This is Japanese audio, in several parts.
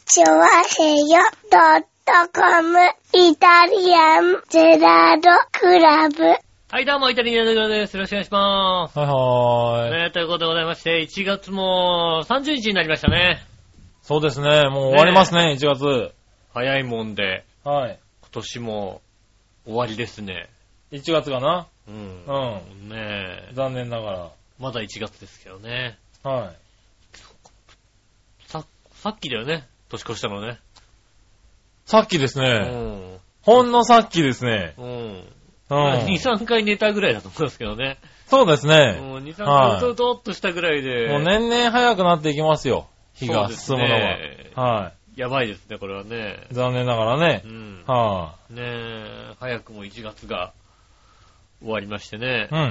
チョワヘヨ.com イタリアンゼラードクラブ。 はい、どうも、イタリアンゼラードです。よろしくお願いしまはいはーい。 す。ということでございまして、1月も30日になりましたね。 そうですね。もう終わりますね、1月。 早いもんで、 はい。 今年も終わりですね。 1月がな。 うん。 うん。 ねえ。 残念ながまだ1月ですけどね。 ら。はい。 さっきだよね。年越したのね。 さっきですうね。 ん。 ほんのさっきですね。 うん。 うん。 2、3回寝たぐらいだと思いますけどね。 そうですね。 2、3回うとうとっとしたぐらいで。 もう年々早くなっていきますよ。日がそうです進むのねが。はやばいですね、これはね。 い。残念ながらねう。ん。 はねえ、早くも1月が終わりましてねい。。うん。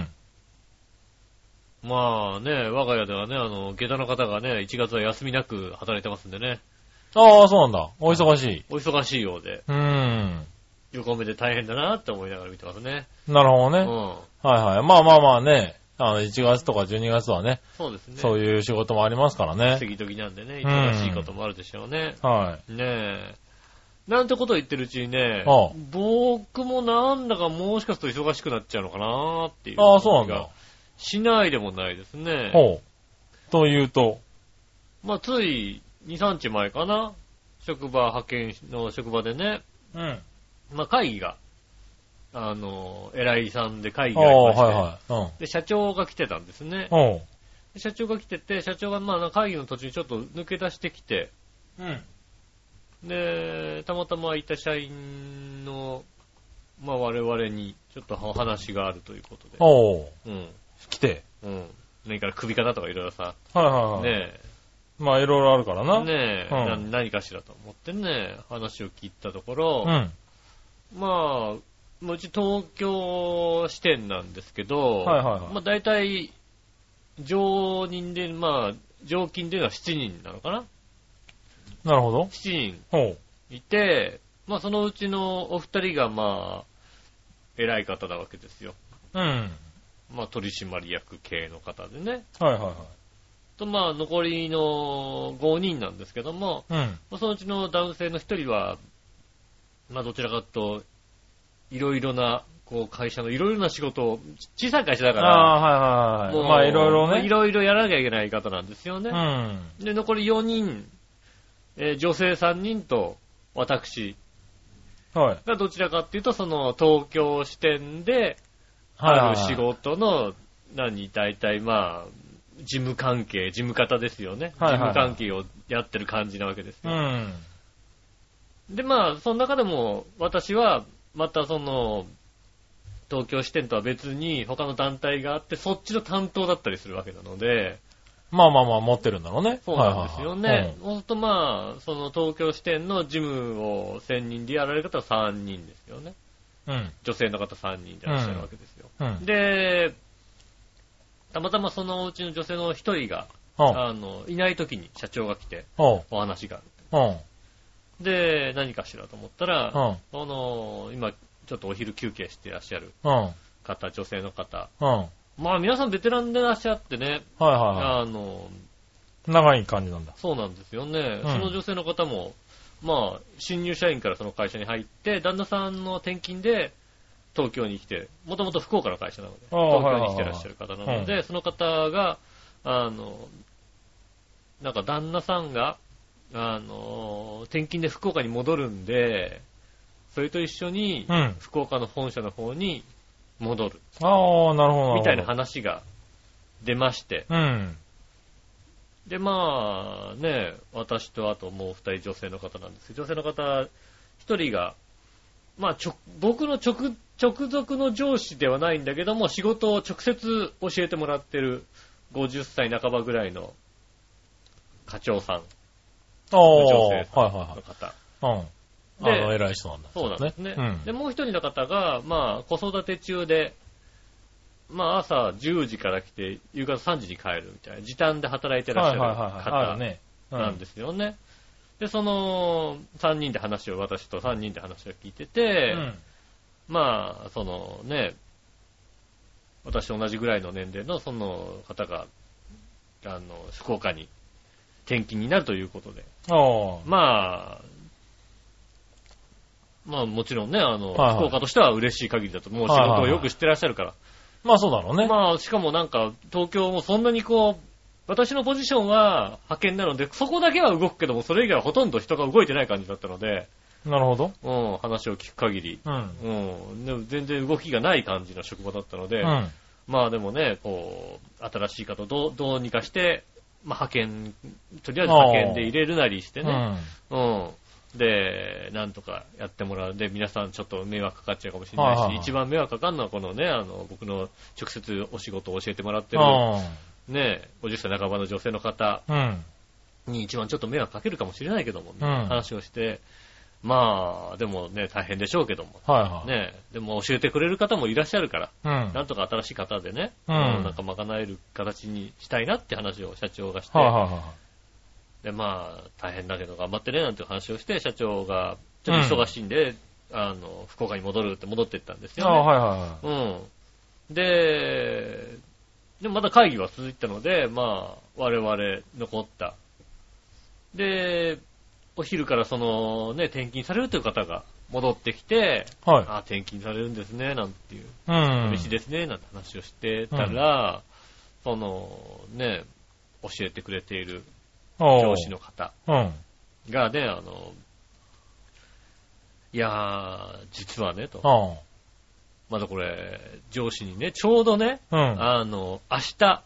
まあね、我が家ではね、下駄の方がね、1月は休みなく働いてますんでね。 ああ、そうなんだ。お忙しい。 お忙しいようで、横目で大変だなって思いながら見てますね。 なるほどね。 うん。 はいはい。まあまあまあね。1月とか12月はね、 そうですね。 そういう仕事もありますからね。 過ぎ時なんでね、忙しいこともあるでしょうね。 はねえ。なんてことを言ってるうちにねああ、 僕もなんだかもしかすると忙しくなっちゃうのかなっていう。 ああ、そうなんだ。 しないでもないですね。 ほう。というと。 まあ、つい2、3日前かな。派遣の職場でね、 うん。 まあ、会議が、偉いさんで会議がありまして、 はいはい。 で、社長が来てたんですね。 うん。おう。 で社長が来てて、社長がまあ会議の途中にちょっと抜け出してきて、 うん。 で、たまたまいた社員の、まあ我々にちょっとお話があるということで。 おう。 うん。 来て。 うん。何から首かなとかいろいろさ、 はいはいはい。 ねまあいろいろあるからな。 ねえ、 うん何かしらと思ってね、話を聞いたところ、 うん。 まあ、うち東京支店なんですけど、 はいはいはいまあ大体、常勤でいうのは7人なのかな？ なるほど。 7人ほう。 いて、まあそのうちのお二人がまあ、偉い方なわけですよ。 うん。 まあ取締役系の方でね。 はいはいはい。 とまあ残りの5人なんですけども、 うん。 まあそのうちの男性の一人は、まあどちらかというと、いろいろな、こう会社のいろいろな仕事を、小さい会社だから、 ああ、はいはいはい。まあいろいろね。 いろいろやらなきゃいけない方なんですよね。 うん。 で、残り4人、女性3人と私はい。 がどちらかっていうと、その東京支店ではいはいはい。 ある仕事の、大体まあ、事務方ですよね。 はいはいはい事務関係をやってる感じなわけですよ。 うん。 で、まあ、その中でも私は、またその、東京支店とは別に他の団体があって、そっちの担当だったりするわけなので、 まあまあまあ持ってるんだろうね。 そうなんですよね。 はいはいはい。 そうするとまあ、その東京支店の事務を専任でやられる方は3人ですよね。 うん。 女性の方3人でいらっしゃるわけですよ。 うん。 で、たまたまそのうちの女性の1人が、いない時に社長が来て、 おう。 お話がある。 おう。 で、何かしらと思ったら、 うん。 今、ちょっとお昼休憩していらっしゃるうん。 方、女性の方。 うん。はいまあ皆さんベテランでいらっしゃってね、 はいはい。長い感じなんだ。 そうなんですよね。 うんその女性の方も、まあ、新入社員からその会社に入って、旦那さんの転勤で東京に来て、もともと福岡の会社なので、東京に来てらっしゃる方なので、その方が、なんか旦那さんが、転勤で福岡に戻るんで、それと一緒にう、ん。 福岡の本社の方に戻る、 ああ、なるほど。 みたいな話が出まして、 うん。 で、まあ、ね、私とあともう二人女性の方なんですけど、女性の方、一人が、まあ、僕の直属の上司ではないんだけども、仕事を直接教えてもらってる50歳半ばぐらいの課長さん、 ああ、 女性はいはの方。 いはい。うん。 で偉い人なんだ。 そうなんですね。 うん。 で、もう一人の方が、まあ、子育て中で、まあ、朝10時から来て、夕方3時に帰るみたいな、時短で働いてらっしゃるはいはいはいはい。あ方るね。 なんですよね。で、その、私と3人で話を聞いてて、 うん。 まあ、そのね、私と同じぐらいの年齢のその方が、福岡に転勤になるということで。 あまあもちろんね、 はい福岡としては嬉しい限りだと、もう仕事をよく知ってらっしゃるから。 まあそうだろうね。 まあ、しかもなんか、東京もそんなに私のポジションは派遣なので、そこだけは動くけども、それ以外はほとんど人が動いてない感じだったので、 なるほど。 話を聞く限り、 うん。 でも全然動きがない感じの職場だったので、まあでもね、新しい方どうにかして、まあ派遣、とりあえず派遣で入れるなりしてね、で、なんとかやってもらう。で、皆さんちょっと迷惑かかっちゃうかもしれないし、一番迷惑かかるのはこのね、僕の直接お仕事を教えてもらってる、ね、50歳半ばの女性の方に一番ちょっと迷惑かけるかもしれないけども、話をして、まあ、でもね、大変でしょうけども、ね、でも教えてくれる方もいらっしゃるから、なんとか新しい方でね、なんか賄える形にしたいなって話を社長がして、で、まあ、大変だけど頑張ってね、なんて話をして、社長が、ちょっと忙しいんで、福岡に戻っていったんですよね。でもまだ会議は続いたので、まあ、我々残った。で、お昼からそのね、転勤されるという方が戻ってきて、転勤されるんですね、なんていう。嬉しいですね、なんて話をしてたら、そのね、教えてくれている上司の方がね、いやー、実はね、と。まだこれ、上司にね、ちょうどね、明日、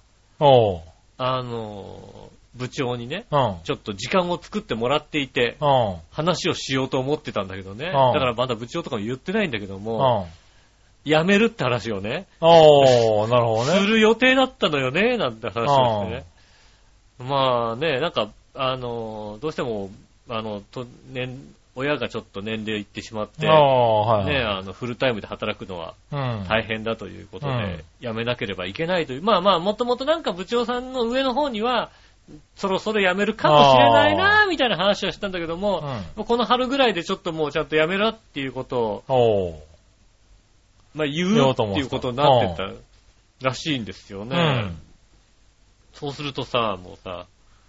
部長にね、ちょっと時間を作ってもらっていて、話をしようと思ってたんだけどね、だからまだ部長とかも言ってないんだけども、辞めるって話をね、 なるほどね。 する予定だったのよね、なんて話をしてね。まあね、なんか、どうしても、親がちょっと年齢いってしまって、フルタイムで働くのは大変だということで、辞めなければいけないという。まあまあ、もともとなんか部長さんの上の方には、そろそろ辞めるかもしれないな、みたいな話はしたんだけども、この春ぐらいでちょっともうちゃんと辞めろっていうことを、まあ言うっていうことになってたらしいんですよね。そうするとさ、もうさ、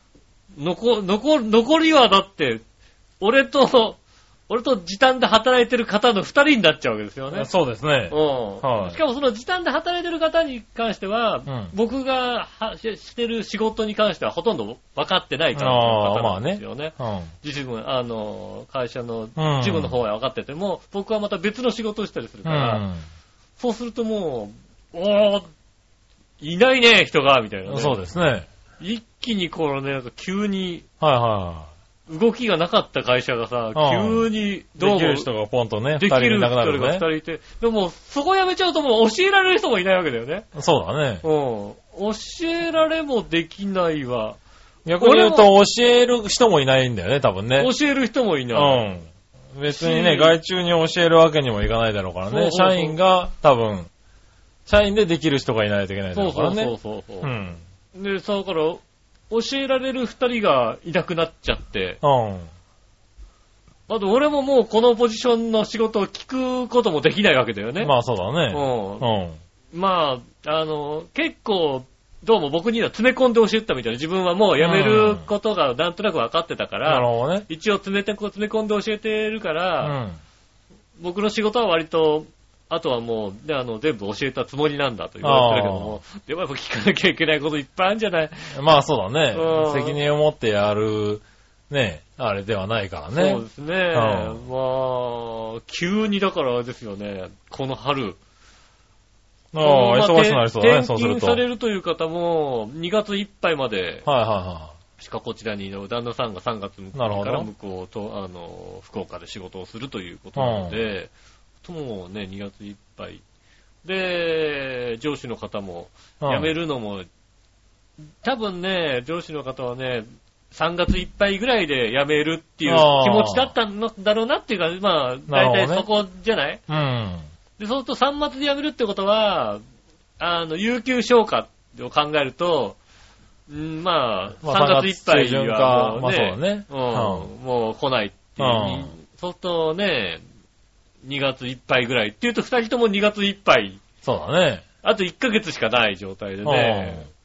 残りはだって、俺と時短で働いてる方の2人になっちゃうわけですよね。 そうですね。 しかもその時短で働いてる方に関しては、僕がしてる仕事に関してはほとんど分かってないから方なんですよね。自分、会社の事務の方は分かってても、僕はまた別の仕事をしたりするから、そうするともう、いないね、人が、みたいなね。 そうですね。 一気になんか急に、動きがなかった会社がさ、急にできる人がポンとね、 できる人が2人いて、でもそこ辞めちゃうともう教えられる人もいないわけだよね。 そうだね。 教えられもできないわ。 逆に言うと教える人もいないんだよね、多分ね。 教える人もいない。 別にね、外注に教えるわけにもいかないだろうからね。社員が多分、社員でできる人がいないといけないだろうからね。で、だから教えられる二人がいなくなっちゃって、あと俺ももうこのポジションの仕事を聞くこともできないわけだよね。 まあそうだね。 まあ、結構、どうも僕には詰め込んで教えてたみたいな。自分はもう辞めることがなんとなく分かってたから、 なるほどね。 一応詰め込んで教えてるから、僕の仕事は割と、あとはもう、全部教えたつもりなんだと言われてるけども、でもやっぱ聞かなきゃいけないこといっぱいあるんじゃない？ まあそうだね。責任を持ってやる、ね、あれではないからね。 そうですね。まあ、急にだからですよね、この春。 忙しくなりそうだね、そうすると。 転勤されるという方も、2月いっぱいまで、しかこちらに旦那さんが3月から向こうと、福岡で仕事をするということなので、もうね、2月いっぱい。で、上司の方も辞めるのも、多分ね、上司の方はね、3月いっぱいぐらいで辞めるっていう気持ちだったんだろうなっていうか、まあ、大体そこじゃない？で、そうすると3月で辞めるってことは、有給消化を考えると、まあ、3月いっぱいはもうね、もう来ないっていう。そうするとね、2月いっぱいぐらいっていうと2人とも2月いっぱい。 そうだね。 あと1ヶ月しかない状態でね。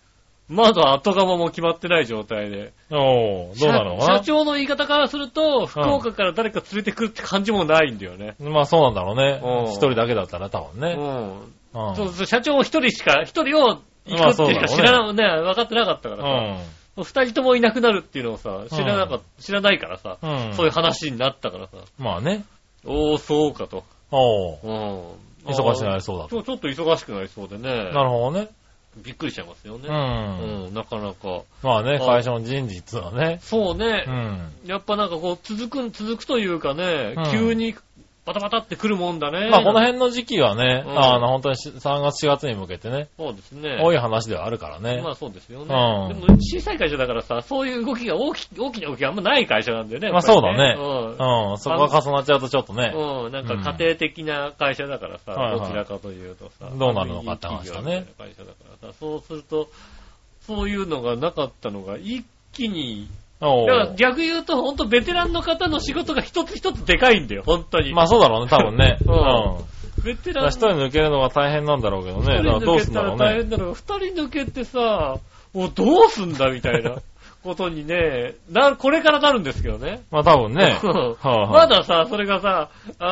まだ後釜も決まってない状態で。 どうなのかな。 社長の言い方からすると、福岡から誰か連れてくるって感じもないんだよね。 まあそうなんだろうね。一人だけだったら多分ね。 そう社長も一人を行くっていうか知らない、ね、分かってなかったからさ。二人ともいなくなるっていうのをさ、知らないからさ、そういう話になったからさ。 まあね。 そうかと。 忙しくなりそうだと。 ちょっと忙しくなりそうでね。 なるほどね。 びっくりしちゃいますよね。なかなか。 まあね、会社の人事っていうのはね。 そうね。やっぱなんかこう、続くというかね、急にバタバタって来るもんだね。 まあこの辺の時期はね、本当に3月4月に向けてね。 そうですね。 多い話ではあるからね。 まあそうですよね。でも小さい会社だからさ、そういう動きが大きな動きがあんまない会社なんだよね。 まあそうだね。そこが重なっちゃうとちょっとね。 なんか家庭的な会社だからさ、どちらかというとさ。 どうなるのかって話だね。 会社だからさ、そうすると、そういうのがなかったのが一気に、だから逆言うと、ほんとベテランの方の仕事が一つ一つでかいんだよ、本当に。 まあそうだろうね、多分ね。 ベテラン。 一人抜けるのが大変なんだろうけどね。どうすんだろうね。 大変だろう。二人抜けてさ、もうどうすんだみたいなことにね、これからなるんですけどね。 まあ多分ね。 まださ、それがさ、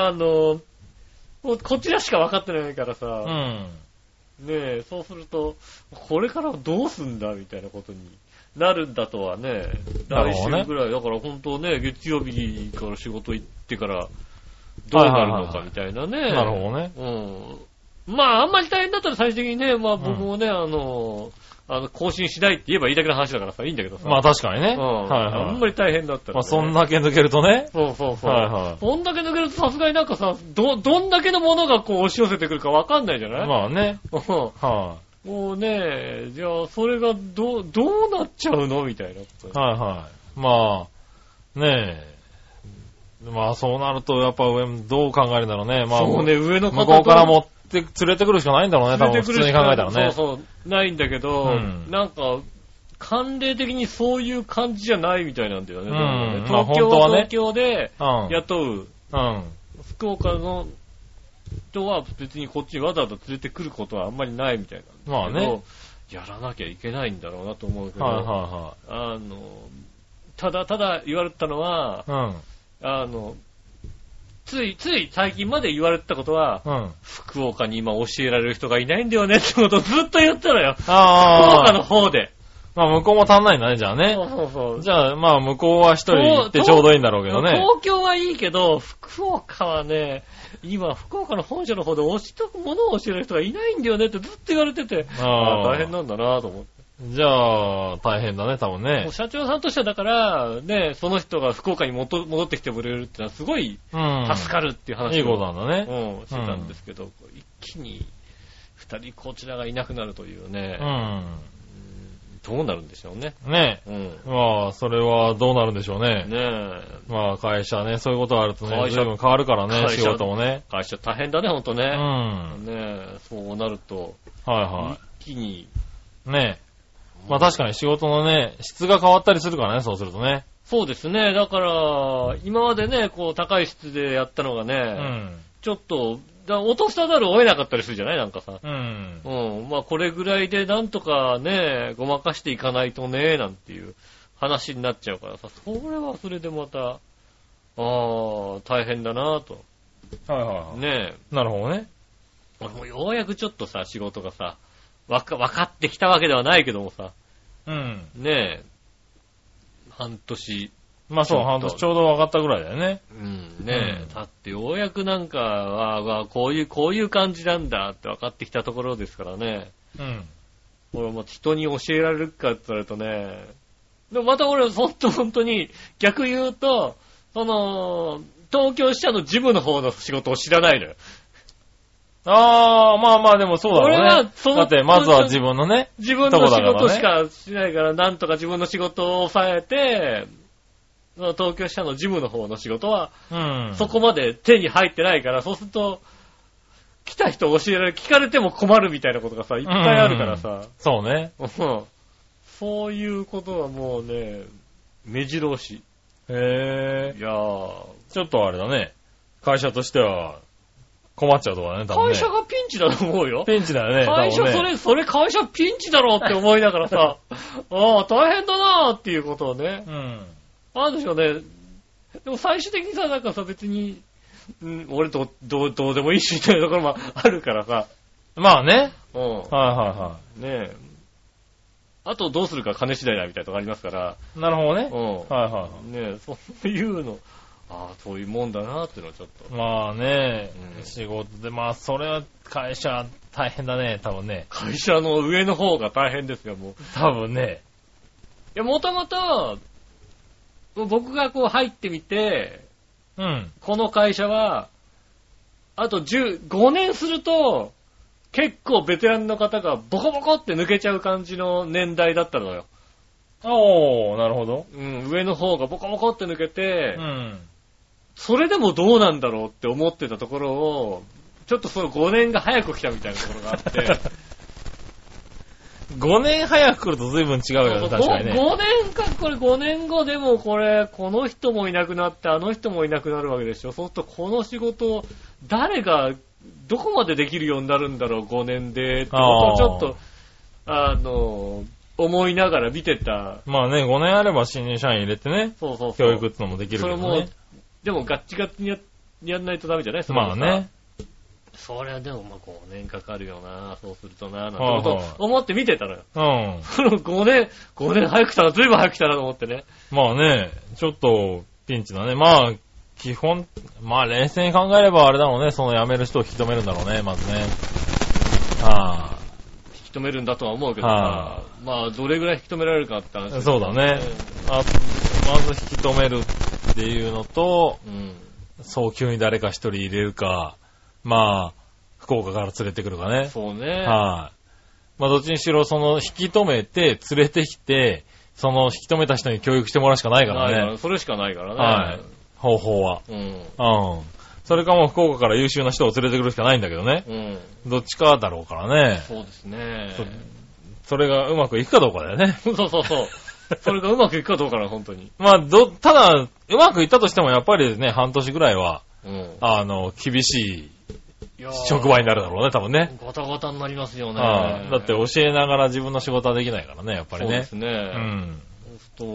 こちらしか分かってないからさ、ねそうすると、これからどうすんだみたいなことになるんだとはね、来週ぐらい、だから本当ね、月曜日から仕事行ってからどうなるのかみたいなね。 なるほどね。 まああんまり大変だったら最終的にね、まあ僕もね、更新しないって言えばいいだけの話だからさ、いいんだけどさ。 まあ確かにね。 あんまり大変だったら、 まあそんだけ抜けるとね。 そう。そんだけ抜けるとさすがになんかさ、どんだけのものがこう押し寄せてくるかわかんないじゃない？ まあね。 もうね、じゃあそれがどうなっちゃうのみたいなこと。 まあ、ねえ。まあそうなるとやっぱ上どう考えるんだろうね。まあそうね、上の方向こうから連れてくるしかないんだろうね、多分普通に考えたらね。 そう、ないんだけど、なんか、慣例的にそういう感じじゃないみたいなんだよね。東京は東京で雇う。福岡の人は別にこっちにわざわざ連れてくることはあんまりないみたいなんだけど、やらなきゃいけないんだろうなと思うけど、ただ言われたのは、つい最近まで言われてたことは、福岡に今教えられる人がいないんだよねってことをずっと言ったのよ。福岡の方で。 まあ向こうも足んないんだね、じゃあね。そう。じゃあまあ向こうは一人行ってちょうどいいんだろうけどね。 東京はいいけど、福岡はね、今福岡の本社の方で物を教える人がいないんだよねってずっと言われてて、大変なんだなと思って。 じゃあ、大変だね、多分ね。 社長さんとしてはだから、ね、その人が福岡に戻ってきてくれるってのはすごい助かるっていう話いいことなんだね。 してたんですけど、一気に二人こちらがいなくなるというね。どうなるんでしょうね。 ねまあ、それはどうなるんでしょうね。まあ、会社ね、そういうことがあるとね、随分変わるからね、仕事もね。 会社大変だね、ほんとね。そうなると、一気に。 まあ確かに仕事のね、質が変わったりするからね、そうするとね。 そうですね。だから、今までね、こう、高い質でやったのがね、ちょっと、落とさざるを得なかったりするじゃないなんかさ。まあこれぐらいでなんとかね、ごまかしていかないとね、なんていう話になっちゃうからさ、それはそれでまた、大変だなぁと。ねえ。なるほどね。 俺もようやくちょっとさ、仕事がさ、わかってきたわけではないけどもさ。ねえ。半年。 まあそう、半年ちょうど分かったぐらいだよね。 ねえ。だってようやくなんか、こういう感じなんだって分かってきたところですからね。俺も人に教えられるかって言われるとね。でもまた俺、本当に逆言うと、東京支社の事務の方の仕事を知らないのよ。 まあでもそうだろうね。俺はだってまずは自分のね。 自分の仕事しかしないから、なんとか自分の仕事を抑えて、東京支社の事務の方の仕事は、そこまで手に入ってないから、そうすると、来た人教えられる、聞かれても困るみたいなことがさ、いっぱいあるからさ。 そうね。 そういうことはもうね、目白押し。 へぇー。 いやー。 ちょっとあれだね。会社としては、 困っちゃうとこだね、多分ね。 会社がピンチだと思うよ。 ピンチだよね。 会社、 ね、 それ会社ピンチだろうって思いながらさ、ああ、大変だなーっていうことをね。 うん。 あるでしょうね。でも最終的にさ、なんかさ、別に、俺どうでもいいし、みたいなところもあるからさ。 まあね。 うん。 はいはいはい。ねえ。あとどうするか金次第だみたいなとこありますから。 なるほどね。 うん。 はいはい。 ねえ、そういうの、ああ、そういうもんだなっていうのはちょっと。 まあね、 うん、 仕事で、まあそれは会社大変だね、多分ね。 会社の上の方が大変ですよ、もう。 多分ね。 いや、もともと、僕がこう入ってみて、 うん。 この会社は、あと5年すると、結構ベテランの方がボコボコって抜けちゃう感じの年代だったのよ。 おー、なるほど。 うん、上の方がボコボコって抜けて、 うん。 それでもどうなんだろうって思ってたところを、ちょっとその5年が早く来たみたいなところがあって、 5年早く来ると随分違うよね、確かにね。 5年か、これ5年後でもこの人もいなくなって、あの人もいなくなるわけでしょ。そうするとこの仕事、誰が、どこまでできるようになるんだろう、5年で、ってことをちょっと、思いながら見てた。 まあね、5年あれば新入社員入れてね。 そうそうそう。 教育ってのもできるけどね。それも、 でもガッチガチにやんないとダメじゃない？ まあね。 それはでもまあ5年かかるよな、そうするとな、なんてことを思って見てたのよ。 うん。 その5年早く来たな、ずいぶん早く来たなと思ってね。 まあね、ちょっとピンチだね。まあ、基本、まあ冷静に考えればあれだろうね、その辞める人を引き止めるんだろうね、まずね。はぁ。 引き止めるんだとは思うけどさ、まあどれぐらい引き止められるかって話ですね。 そうだね。まず引き止めるっていうのと、早急に誰か一人入れるか、まあ、福岡から連れてくるかね。 そうね。 はい。まあどっちにしろその引き止めて連れてきて、その引き止めた人に教育してもらうしかないからね。 それしかないからね。 はい。方法は。うん。それかもう福岡から優秀な人を連れてくるしかないんだけどね。うん。どっちかだろうからね。 そうですね。 それがうまくいくかどうかだよね。 そうそうそう。それがうまくいくかどうかな、本当に。 まあ、ただ、うまくいったとしてもやっぱりね、半年ぐらいは、厳しい職場になるだろうね、多分ね。 ガタガタになりますよね。 だって教えながら自分の仕事はできないからね、やっぱりね。 そうですね。うん。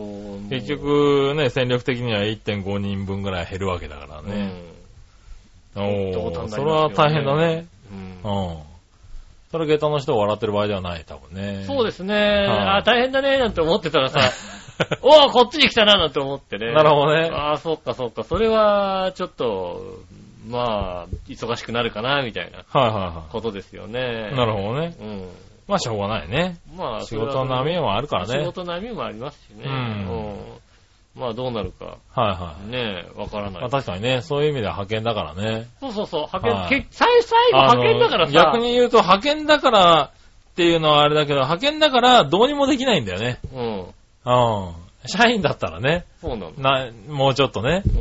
結局ね、戦力的には 1.5 人分ぐらい減るわけだからね。それは大変だね。それ下駄の人を笑ってる場合ではない、多分ね。 そうですね。大変だね、なんて思ってたらさ、おぉ、こっちに来たな、なんて思ってね。 なるほどね。 そっかそっか。それは、ちょっと、まあ、忙しくなるかな、みたいな。ことですよね。 なるほどね。まあ、しょうがないね。まあ、仕事の波もあるからね。 仕事の波もありますしね。まあ、どうなるか。ねえ、わからない。 確かにね、そういう意味では派遣だからね。 そう。派遣、最後派遣だからさ。 逆に言うと、派遣だからっていうのはあれだけど、派遣だからどうにもできないんだよね。社員だったらね。 そうなの。 もうちょっとね。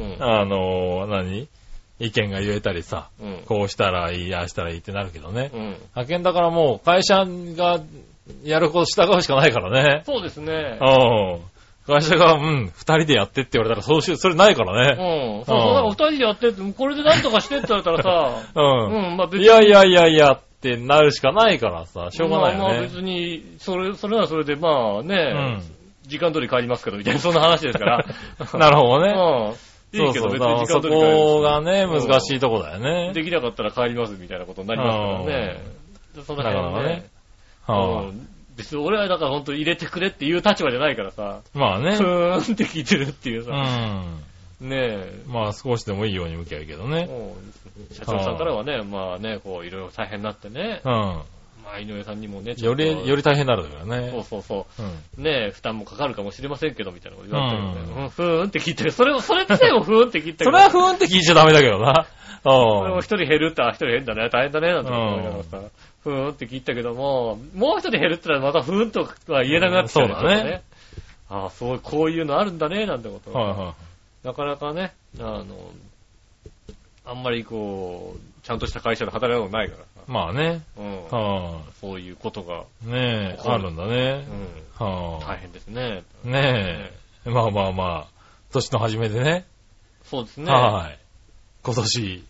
意見が言えたりさ。こうしたらいい、ああしたらいいってなるけどね。派遣だからもう会社がやること従うしかないからね。 そうですね。 会社が、二人でやってって言われたら、それないからね。二人でやってって、これでなんとかしてって言われたらさ、 まあ別に。いやってなるしかないからさ、しょうがないよね。 まあ別に、それはそれで、まあね、時間通り帰りますけど、みたいな、そんな話ですから。 なるほどね。 いいけど別に時間通り帰ります。 そこがね、難しいとこだよね。 できなかったら帰りますみたいなことになりますからね。そんな感じね。別に俺はだから本当に入れてくれっていう立場じゃないからさ。 まあね。 ふーんって聞いてるっていうさ。ねえ。 まあ少しでもいいように向きゃいいけどね。 社長さんからはね、まあね、こういろいろ大変になってね。まあ井上さんにもね、 より大変になるからね。 そう。ねえ、負担もかかるかもしれませんけど、みたいなこと言われてるんで。ふーんって聞いてる。それってもふーんって聞いてる。 それはふーんって聞いちゃダメだけどな。 それも一人減るって、一人減るんだね、大変だね、なんて思いながらさ。ふーんって聞いたけども、もう一人減るってのはまたふーんとは言えなくなってきたね。 そうだね。 こういうのあるんだね、なんてこと。なかなかね、あんまりこう、ちゃんとした会社で働いたことないからさ。 まあね。 そういうことが。 ねえ、あるんだね。 大変ですね。 ねえ。まあ、年の初めでね。 そうですね。 今年、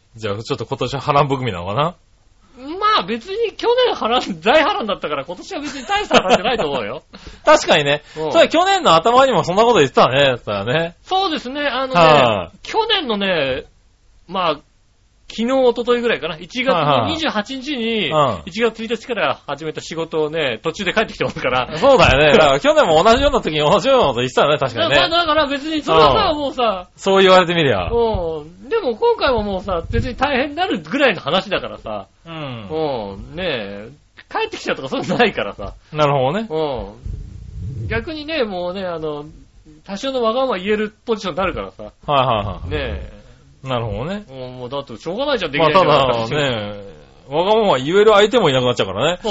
じゃあちょっと今年は波乱含みなのかな。 まあ別に去年大波乱だったから今年は別に大した波乱じゃないと思うよ。 確かにね。それ去年の頭にもそんなこと言ってたね。だったらね。 そうですね。去年のね、まあ、昨日、一昨日ぐらいかな。1月の28日に、1月1日から始めた仕事をね、途中で帰ってきてますから。 そうだよね。だから去年も同じような時に同じようなこと言ってたよね、確かにね。 だから別にそれはさ、もうさ。 そう言われてみりゃ。 でも今回はもうさ、別に大変になるぐらいの話だからさ。ねえ、帰ってきちゃうとかそういうのないからさ。 なるほどね。 逆にね、もうね、多少のわがまま言えるポジションになるからさ。ねえ。 なるほどね。 もうだってしょうがないじゃん、できないじゃん。 まあただね、わがまま言える相手もいなくなっちゃうからね。 そう。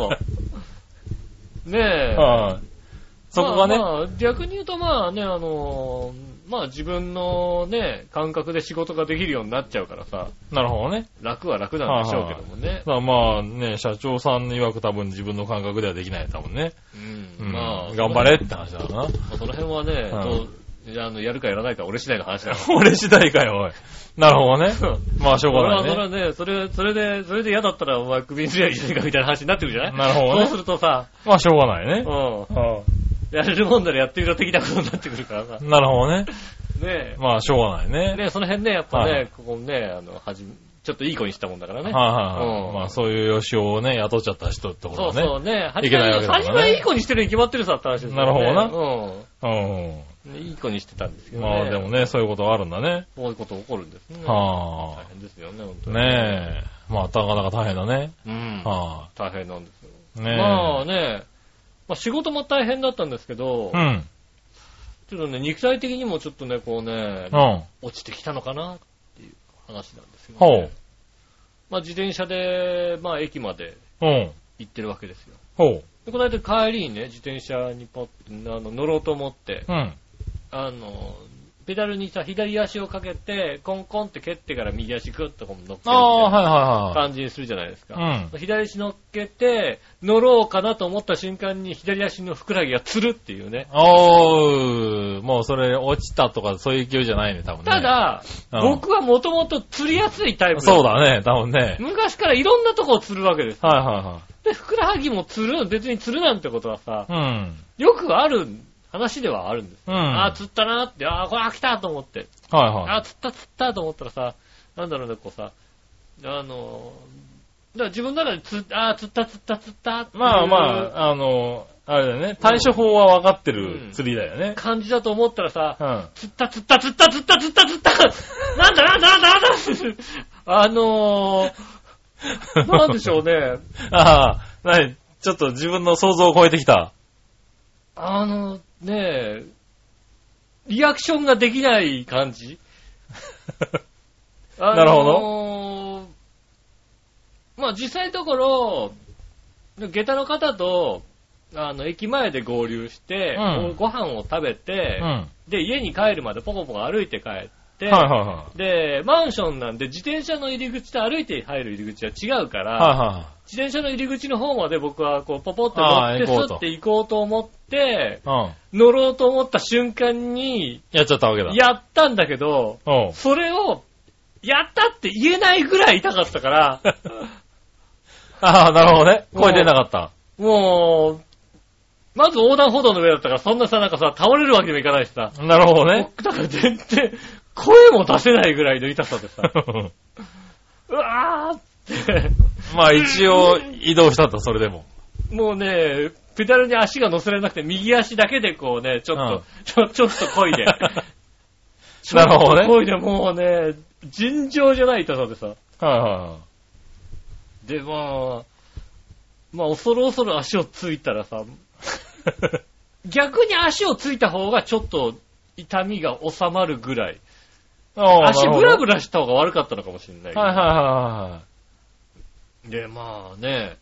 ねえ。 そこがね。 逆に言うとまあね、まあ自分のね、感覚で仕事ができるようになっちゃうからさ。 なるほどね。 楽は楽なんでしょうけどもね。 まあね、社長さん曰く多分自分の感覚ではできない多分ね。 まあ。 頑張れって話だな。 その辺はね、やるかやらないか俺次第の話だよ。 俺次第かよ、おい。なるほどね。まあ、しょうがないね。 それはね、それで嫌だったらお前クビにすりゃいいじゃないかみたいな話になってくるじゃない？ なるほどね。 そうするとさ。 まあ、しょうがないね。 やれるもんならやってみろ的なことになってくるからさ。 なるほどね。 ねえ。 まあ、しょうがないね。 ねその辺ね、やっぱね、ここね、ちょっといい子にしたもんだからね。 まあ、そういう吉尾をね、雇っちゃった人ってことだね。 そうね。 いけないわけだからね。 初めはいい子にしてるに決まってるさって話ですよね。 なるほどな。 いい子にしてたんですけどね。 まあでもね、そういうことがあるんだね。 そういうこと起こるんですね。 大変ですよね、本当に。 ねえ。まあ、なかなか大変だね。 大変なんですよ。 ねえ。 まあね、仕事も大変だったんですけど、ちょっとね、肉体的にもちょっとね、こうね、落ちてきたのかなっていう話なんですよね。まあ自転車で、まあ駅まで行ってるわけですよ。でこの間帰りにね、自転車にポッて乗ろうと思って、ペダルにさ、左足をかけて、コンコンって蹴ってから右足グッと乗っけるみたいな感じにするじゃないですか。左足乗っけて、乗ろうかなと思った瞬間に左足のふくらはぎがつるっていうね。 もうそれ落ちたとかそういう勢いじゃないね、多分ね。 ただ、僕はもともと釣りやすいタイプそうだね、多分ね。 昔からいろんなとこを釣るわけです。 で、 ふくらはぎも別に釣るなんてことはさ、よくある話ではあるんです。釣ったなーって、これ来たと思って。釣ったと思ったらさ、なんだろうね、こうさ、だから自分の中で釣った。 まあ、あれだよね、対処法は分かってる釣りだよね。 感じだと思ったらさ、釣った。なんだなんでしょうね。 ちょっと自分の想像を超えてきた。 ねえ、リアクションができない感じなるほど。 まあ実際のところ、下駄の方と、駅前で合流して、ご飯を食べて、で、家に帰るまでポコポコ歩いて帰って、で、マンションなんで自転車の入り口と歩いて入る入り口は違うから、自転車の入り口の方まで僕はこうポポって乗ってスッて行こうと思って、乗ろうと思った瞬間に、 やっちゃったわけだ。 やったんだけど、それを、やったって言えないぐらい痛かったから、 なるほどね。声出なかった。 もう、まず横断歩道の上だったから、そんなさ、なんかさ、倒れるわけにもいかないしさ。 なるほどね。 だから全然、声も出せないぐらいの痛さでさ。うわーって。 まあ一応移動したと、それでも。 もうね、ペダルに足が乗せられなくて、右足だけでこうね、ちょっと漕いで。 なるほどね。 漕いでもうね、尋常じゃない痛さでさ。で、まあ、恐る恐る足をついたらさ、逆に足をついた方がちょっと痛みが収まるぐらい。足ブラブラした方が悪かったのかもしれないけど。で、まあね、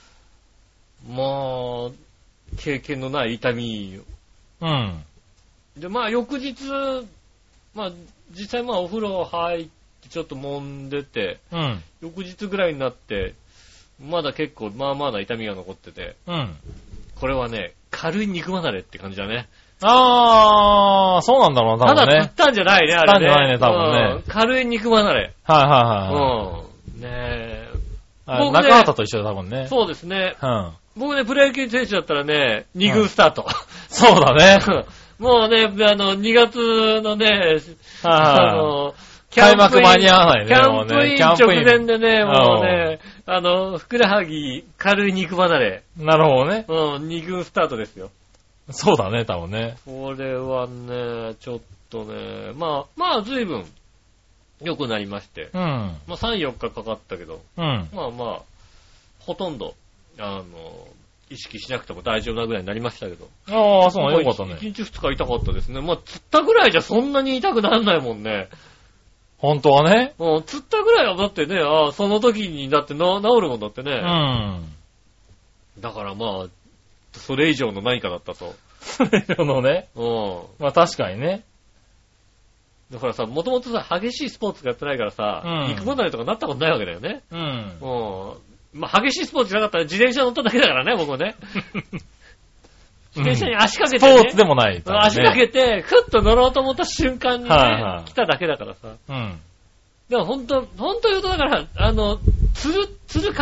経験のない痛み。で、まあ翌日、まあ実際お風呂入ってちょっと揉んでて、翌日ぐらいになって、まだ結構まあまあな痛みが残ってて、これはね、軽い肉離れって感じだね。 そうなんだろうな、多分ね。 ただ釣ったんじゃないね、あれね。 釣ったんじゃないね、多分ね。 軽い肉離れ。 はい。 ねえ。 中畑と一緒だ、多分ね。 そうですね。 うん。 僕ね、プロ野球選手だったらね、2軍スタート。 そうだね。 もうね、2月のね、 開幕間に合わないね。 キャンプイン直前でね、もうね、ふくらはぎ、軽い肉離れ。 なるほどね。 2軍スタートですよ。 そうだね、多分ね。 これはね、ちょっとね、まあ、随分、良くなりまして。 うん。 まあ、3、4日かかったけど。 うん。 まあ、ほとんど、意識しなくても大丈夫なぐらいになりましたけど。 ああ、そうなのよかったね。 1日2日痛かったですね。まあ、釣ったぐらいじゃそんなに痛くならないもんね。 本当はね。 釣ったぐらいはだってね、その時にだって治るもんだってね。 うん。 だからまあ、それ以上の何かだったと。 それ以上のね。まあ確かにね。 だからさ、もともとさ、激しいスポーツやってないからさ、肉離れとかなったことないわけだよね。まあ激しいスポーツじゃなかったら自転車乗っただけだからね、僕もね。自転車に足かけて、ね。 スポーツでもない、ね。 足かけて、ふっと乗ろうと思った瞬間にね、来ただけだからさ。でも本当言うとだから、釣る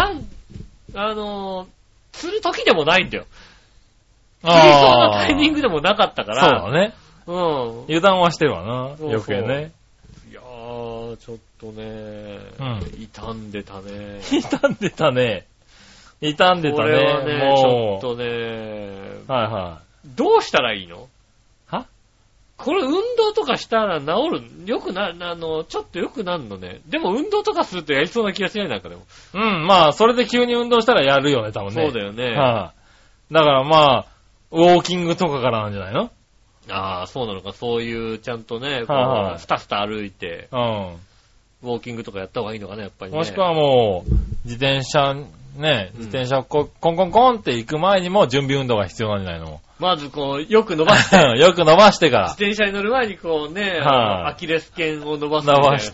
時でもないんだよ。釣りそうなタイミングでもなかったから。 そうだね。油断はしてるわな、余計ね。 いやー、ちょっとね、傷んでたね。 傷んでたね。 これはね、もうちょっとね、どうしたらいいの？ は？ これ運動とかしたら治る、ちょっと良くなるのね。でも運動とかするとやりそうな気がしないなんかでも。 まあ、それで急に運動したらやるよね、多分ね。 そうだよね。 だからまあ、ウォーキングとかからなんじゃないの？ ああ、そうなのか。そういう、ちゃんとね、スタスタ歩いて、ウォーキングとかやった方がいいのかね、やっぱりね。 もしくはもう、自転車をコンコンコンって行く前にも準備運動が必要なんじゃないの？ まずよく伸ばして。 よく伸ばしてから。 自転車に乗る前にアキレス腱を伸ばす。伸ばして、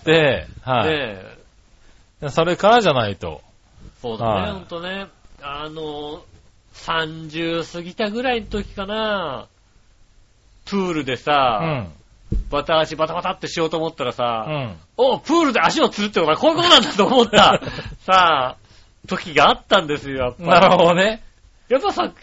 それからじゃないと。 そうだね、ほんとね。30過ぎたぐらいの時かな、プールでさ、バタ足バタバタってしようと思ったらさ、プールで足をつるってことはこういうことなんだと思った、さあ、時があったんですよ、やっぱり。 なるほどね。 やっぱさ、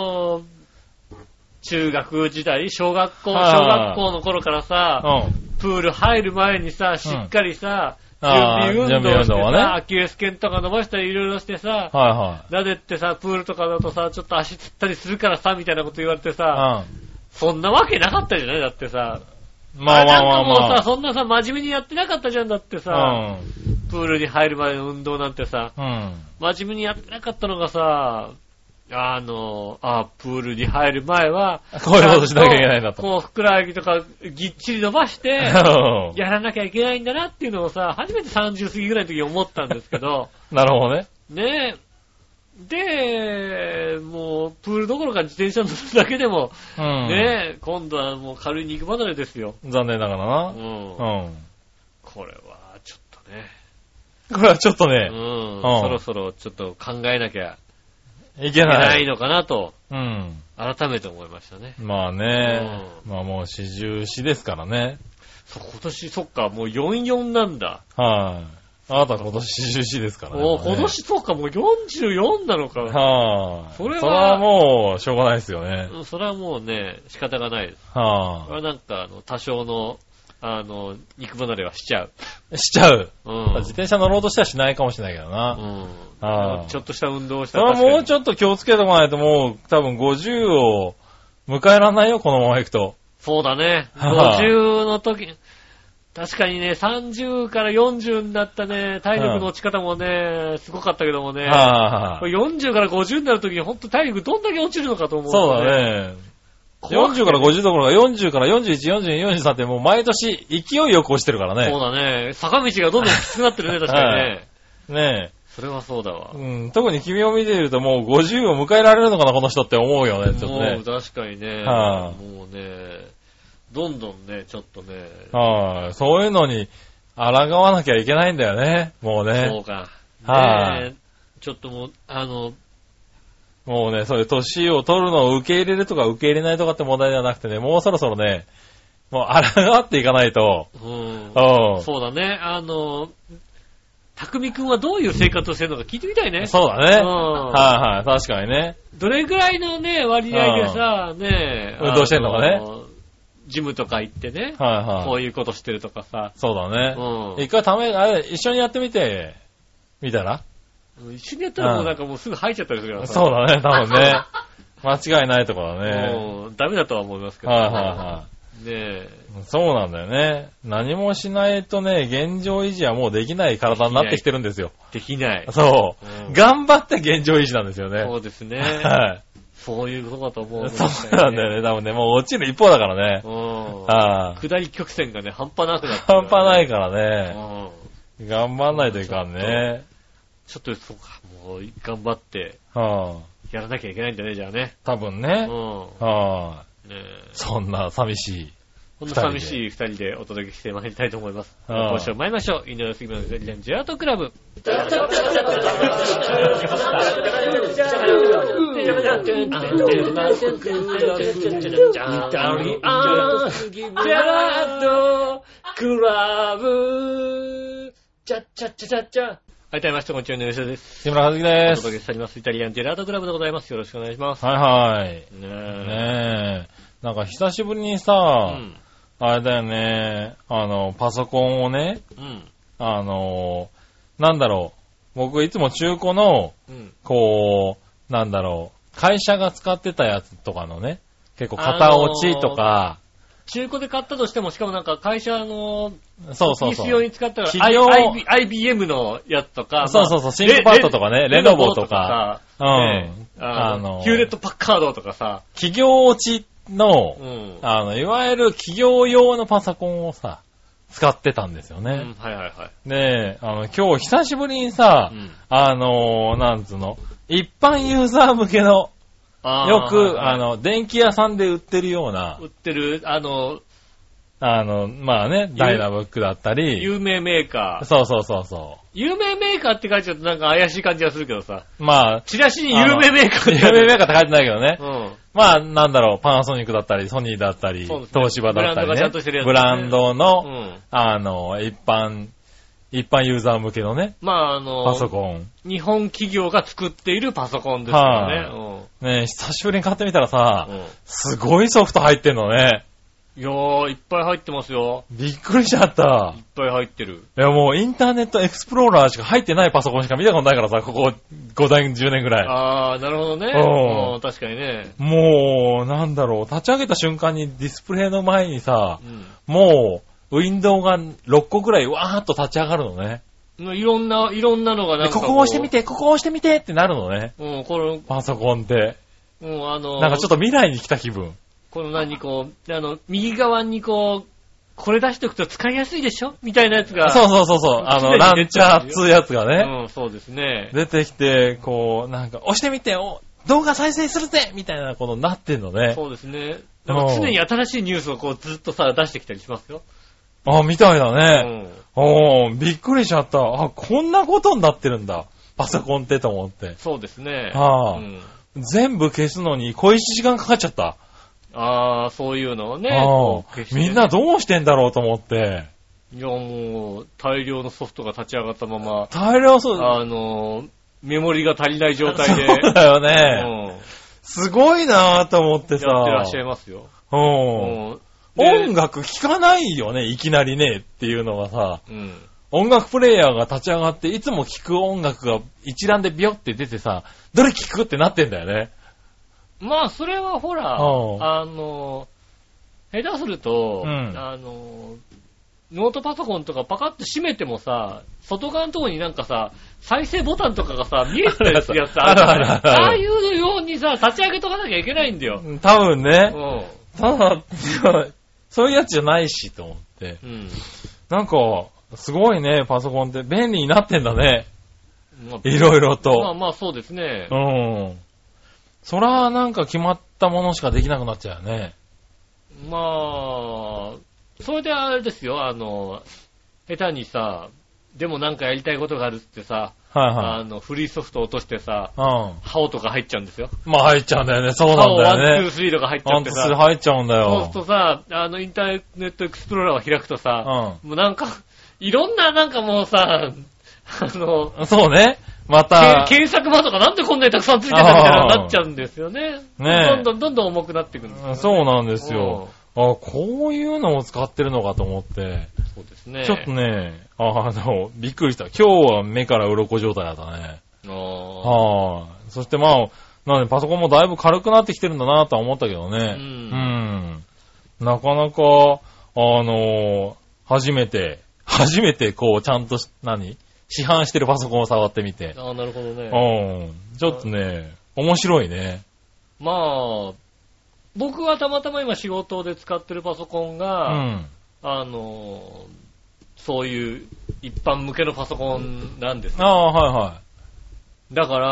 中学時代、小学校の頃からさ、プール入る前にさ、しっかりさ、準備運動してさ、アキレス腱とか伸ばしたりいろいろしてさ、なでってさ、プールとかだとさ、ちょっと足つったりするからさ、みたいなこと言われてさ、そんなわけなかったじゃないだってさ。なんかもうさ、そんなさ、真面目にやってなかったじゃんだってさ、プールに入る前の運動なんてさ、真面目にやってなかったのがさ、プールに入る前は、 こういうことしなきゃいけないんだと。 ふくらはぎとかぎっちり伸ばして、やらなきゃいけないんだなっていうのをさ、初めて30過ぎぐらいの時に思ったんですけど。 なるほどね。 ねえ。で、もう、プールどころか自転車乗るだけでも、ねえ、今度はもう軽い肉離れですよ。 残念ながらな。 これは、ちょっとね。そろそろちょっと考えなきゃ。いけないのかなと、改めて思いましたね。 まあね、まあもう44ですからね。 今年、そっか、もう44なんだ。 あなた今年44ですからね。 今年、そっか、もう44なのか。それはもう、しょうがないですよね。 それはもうね、仕方がないです。これはなんか、多少の、肉離れはしちゃう。 自転車乗ろうとしてはしないかもしれないけどな。 ちょっとした運動をしたら。それはもうちょっと気をつけておかないともう多分50を迎えらんないよ、このまま行くと。 そうだね。50の時、確かにね、30から40になったね、体力の落ち方もね、すごかったけどもね。40から50になる時に本当体力どんだけ落ちるのかと思う、 そうだね。40から50どころか40から41、42、43ってもう毎年勢いよく落ちてるからね。 そうだね。坂道がどんどんきつくなってるね、確かにね。 ねえ。 それはそうだわ。 特に君を見ているともう50を迎えられるのかな、この人って思うよね、ちょっとね。 もう確かにね。もうね、どんどんね、ちょっとね。 そういうのに抗わなきゃいけないんだよね、もうね。 そうか。ねえ。ちょっともう、 もうね、そういう年を取るのを受け入れるとか受け入れないとかって問題ではなくてね、もうそろそろね、もう抗っていかないと。 そうだね。たくみくんはどういう生活をしてるのか聞いてみたいね。 そうだね。はいはい、確かにね。 どれぐらいのね、割合でさ、ね、 運動してんのかね。 ジムとか行ってね、 はいはい。 こういうことしてるとかさ。 そうだね。一回一緒にやってみて、見たら一緒にやったらもうなんかもうすぐ吐いちゃったりするからさ。 そうだね、多分ね。間違いないところだね。 ダメだとは思いますけど。 はいはいはい。 ねえ。 そうなんだよね。何もしないとね、現状維持はもうできない体になってきてるんですよ。 できない。 そう。頑張って現状維持なんですよね。 そうですね。 はい。 そういうことだと思う。 そうなんだよね。多分ね、もう落ちる一方だからね。 下り曲線がね、半端なくなって半端ないからね。頑張んないといかんね。 ちょっと、そうか、もう、頑張って、やらなきゃいけないんだね、じゃあね。 多分ね。そんな寂しい。 こんな寂しい二人でお届けしてまいりたいと思います。今週参りましょう。井上杉村のジェラートクラブ。はい、どうもみなさん、こんにちは、井上です。 木村和樹です。 お届けしております。イタリアンジェラートクラブでございます。よろしくお願いします。 はいはい。ねえ。なんか久しぶりにさ、あれだよね、パソコンをね、なんだろう、僕いつも中古の、こう、なんだろう、会社が使ってたやつとかのね、結構型落ちとか、 中古で買ったとしても、しかもなんか会社の、 そうそうそう。 PC 用に使ったら、IBM のやつとか、 そうそうそう、シンクパッドとかね、レノボとか、 ヒューレットパッカードとかさ、 企業落ちの、いわゆる企業用のパソコンをさ、使ってたんですよね。 はいはいはい。 で、今日久しぶりにさ、なんつうの、一般ユーザー向けの、よく、電気屋さんで売ってるような、 売ってる、 まあね、ダイナブックだったり、 有名メーカー。 そうそうそうそう。 有名メーカーって書いちゃうとなんか怪しい感じがするけどさ。 まあ、 チラシに有名メーカー有名メーカーって書いてないけどね。まあ、なんだろう、パナソニックだったり、ソニーだったり、東芝だったりね。ブランドの、一般ユーザー向けのね。パソコン。 日本企業が作っているパソコンですよね。ね、久しぶりに買ってみたらさ、すごいソフト入ってんのね。 いやー、いっぱい入ってますよ。 びっくりしちゃった。 いっぱい入ってる。 いやもうインターネットエクスプローラーしか入ってないパソコンしか見たことないからさ、ここ5年、10年ぐらい。 なるほどね。確かにね。 もう、なんだろう、立ち上げた瞬間にディスプレイの前にさ、もう、ウィンドウが6個ぐらいわーっと立ち上がるのね。 いろんなのがなんかここ押してみて、ここ押してみてってなるのね。 これパソコンって。なんかちょっと未来に来た気分。 この右側にこれ出しておくと使いやすいでしょみたいなやつが。 そう。ランチャー2やつがね。 そうですね。 出てきて、なんか押してみて、動画再生するぜみたいなことになってんのね。 そうですね。常に新しいニュースをずっとさ、出してきたりしますよ。 みたいだね。びっくりしちゃった。こんなことになってるんだ。パソコンってと思って。 そうですね。 全部消すのに小1時間かかっちゃった。 そういうのをね。 みんなどうしてんだろうと思って。 いや、もう、大量のソフトが立ち上がったまま。メモリが足りない状態で。 そうだよね。すごいなぁと思ってさ。 やってらっしゃいますよ。 音楽聴かないよね、いきなりね、っていうのがさ。音楽プレイヤーが立ち上がって、いつも聴く音楽が一覧でビョって出てさ、どれ聴くってなってんだよね。 まあ、それはほら、下手すると、ノートパソコンとかパカッと閉めてもさ、外側のところになんかさ、再生ボタンとかがさ、見えてたりするやつあるから、ああいうようにさ、立ち上げとかなきゃいけないんだよ。 多分ね。ただ、そういうやつじゃないし、と思って。なんか、すごいね、パソコンって便利になってんだね。いろいろと。 まあそうですね。 そらなんか決まったものしかできなくなっちゃうよね。 まあ、それであれですよ、下手にさ、 でもなんかやりたいことがあるってさ、 はいはい。 フリーソフト落としてさ、 うん。 ハオとか入っちゃうんですよ。 まあ入っちゃうんだよね。そうなんだよね。 ハオ1、2、3とか入っちゃってさ。 1、2、3入っちゃうんだよ。 そうするとさ、インターネットエクスプローラーを開くとさ、もうなんか、いろんななんかもうさ、 そうね。また。 検索場とかなんでこんなにたくさんついてたみたいななっちゃうんですよね。 ねどんどん重くなっていくんですよ、ね。 そうなんですよ。こういうのを使ってるのかと思って。 そうですね。 ちょっとね、びっくりした。今日は目から鱗状態だったね。そしてまあ、パソコンもだいぶ軽くなってきてるんだなとは思ったけどね。なかなか、初めてこう、ちゃんと、市販してるパソコンを触ってみて。 なるほどね。 ちょっとね、面白いね。 まあ、僕はたまたま今仕事で使ってるパソコンが、そういう一般向けのパソコンなんですよ。 はいはい。 だから、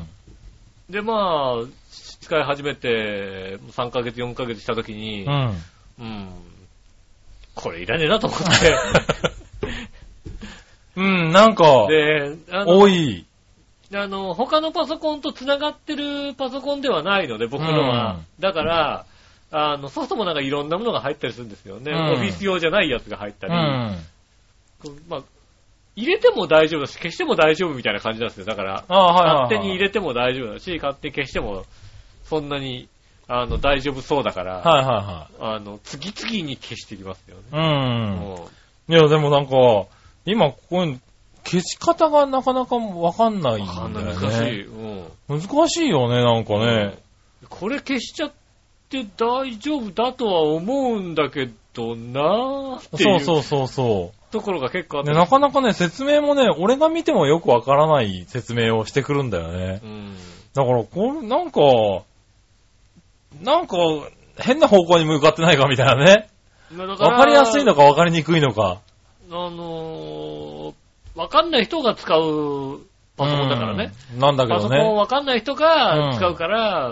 でまあ、使い始めて3ヶ月4ヶ月した時に、これいらねえなと思って。 なんか、 で、 多い。 他のパソコンと繋がってるパソコンではないので、僕のは。だから、ソフトもなんかいろんなものが入ったりするんですよね。オフィス用じゃないやつが入ったり。まあ、入れても大丈夫だし、消しても大丈夫みたいな感じなんですよ。だから、勝手に入れても大丈夫だし、勝手に消しても、そんなに、大丈夫そうだから、次々に消していきますよね。 いや、でもなんか、今ここに、消し方がなかなかわかんないんだよね。 難しい。 難しいよね、なんかね。 これ消しちゃって大丈夫だとは思うんだけどなーっていう。 そう。 ところが結構あって。 なかなかね、説明もね、俺が見てもよくわからない説明をしてくるんだよね。だから、なんか、変な方向に向かってないかみたいなね。わかりやすいのかわかりにくいのか。 わかんない人が使うパソコンだからね。 なんだけどね。 パソコンわかんない人が使うから、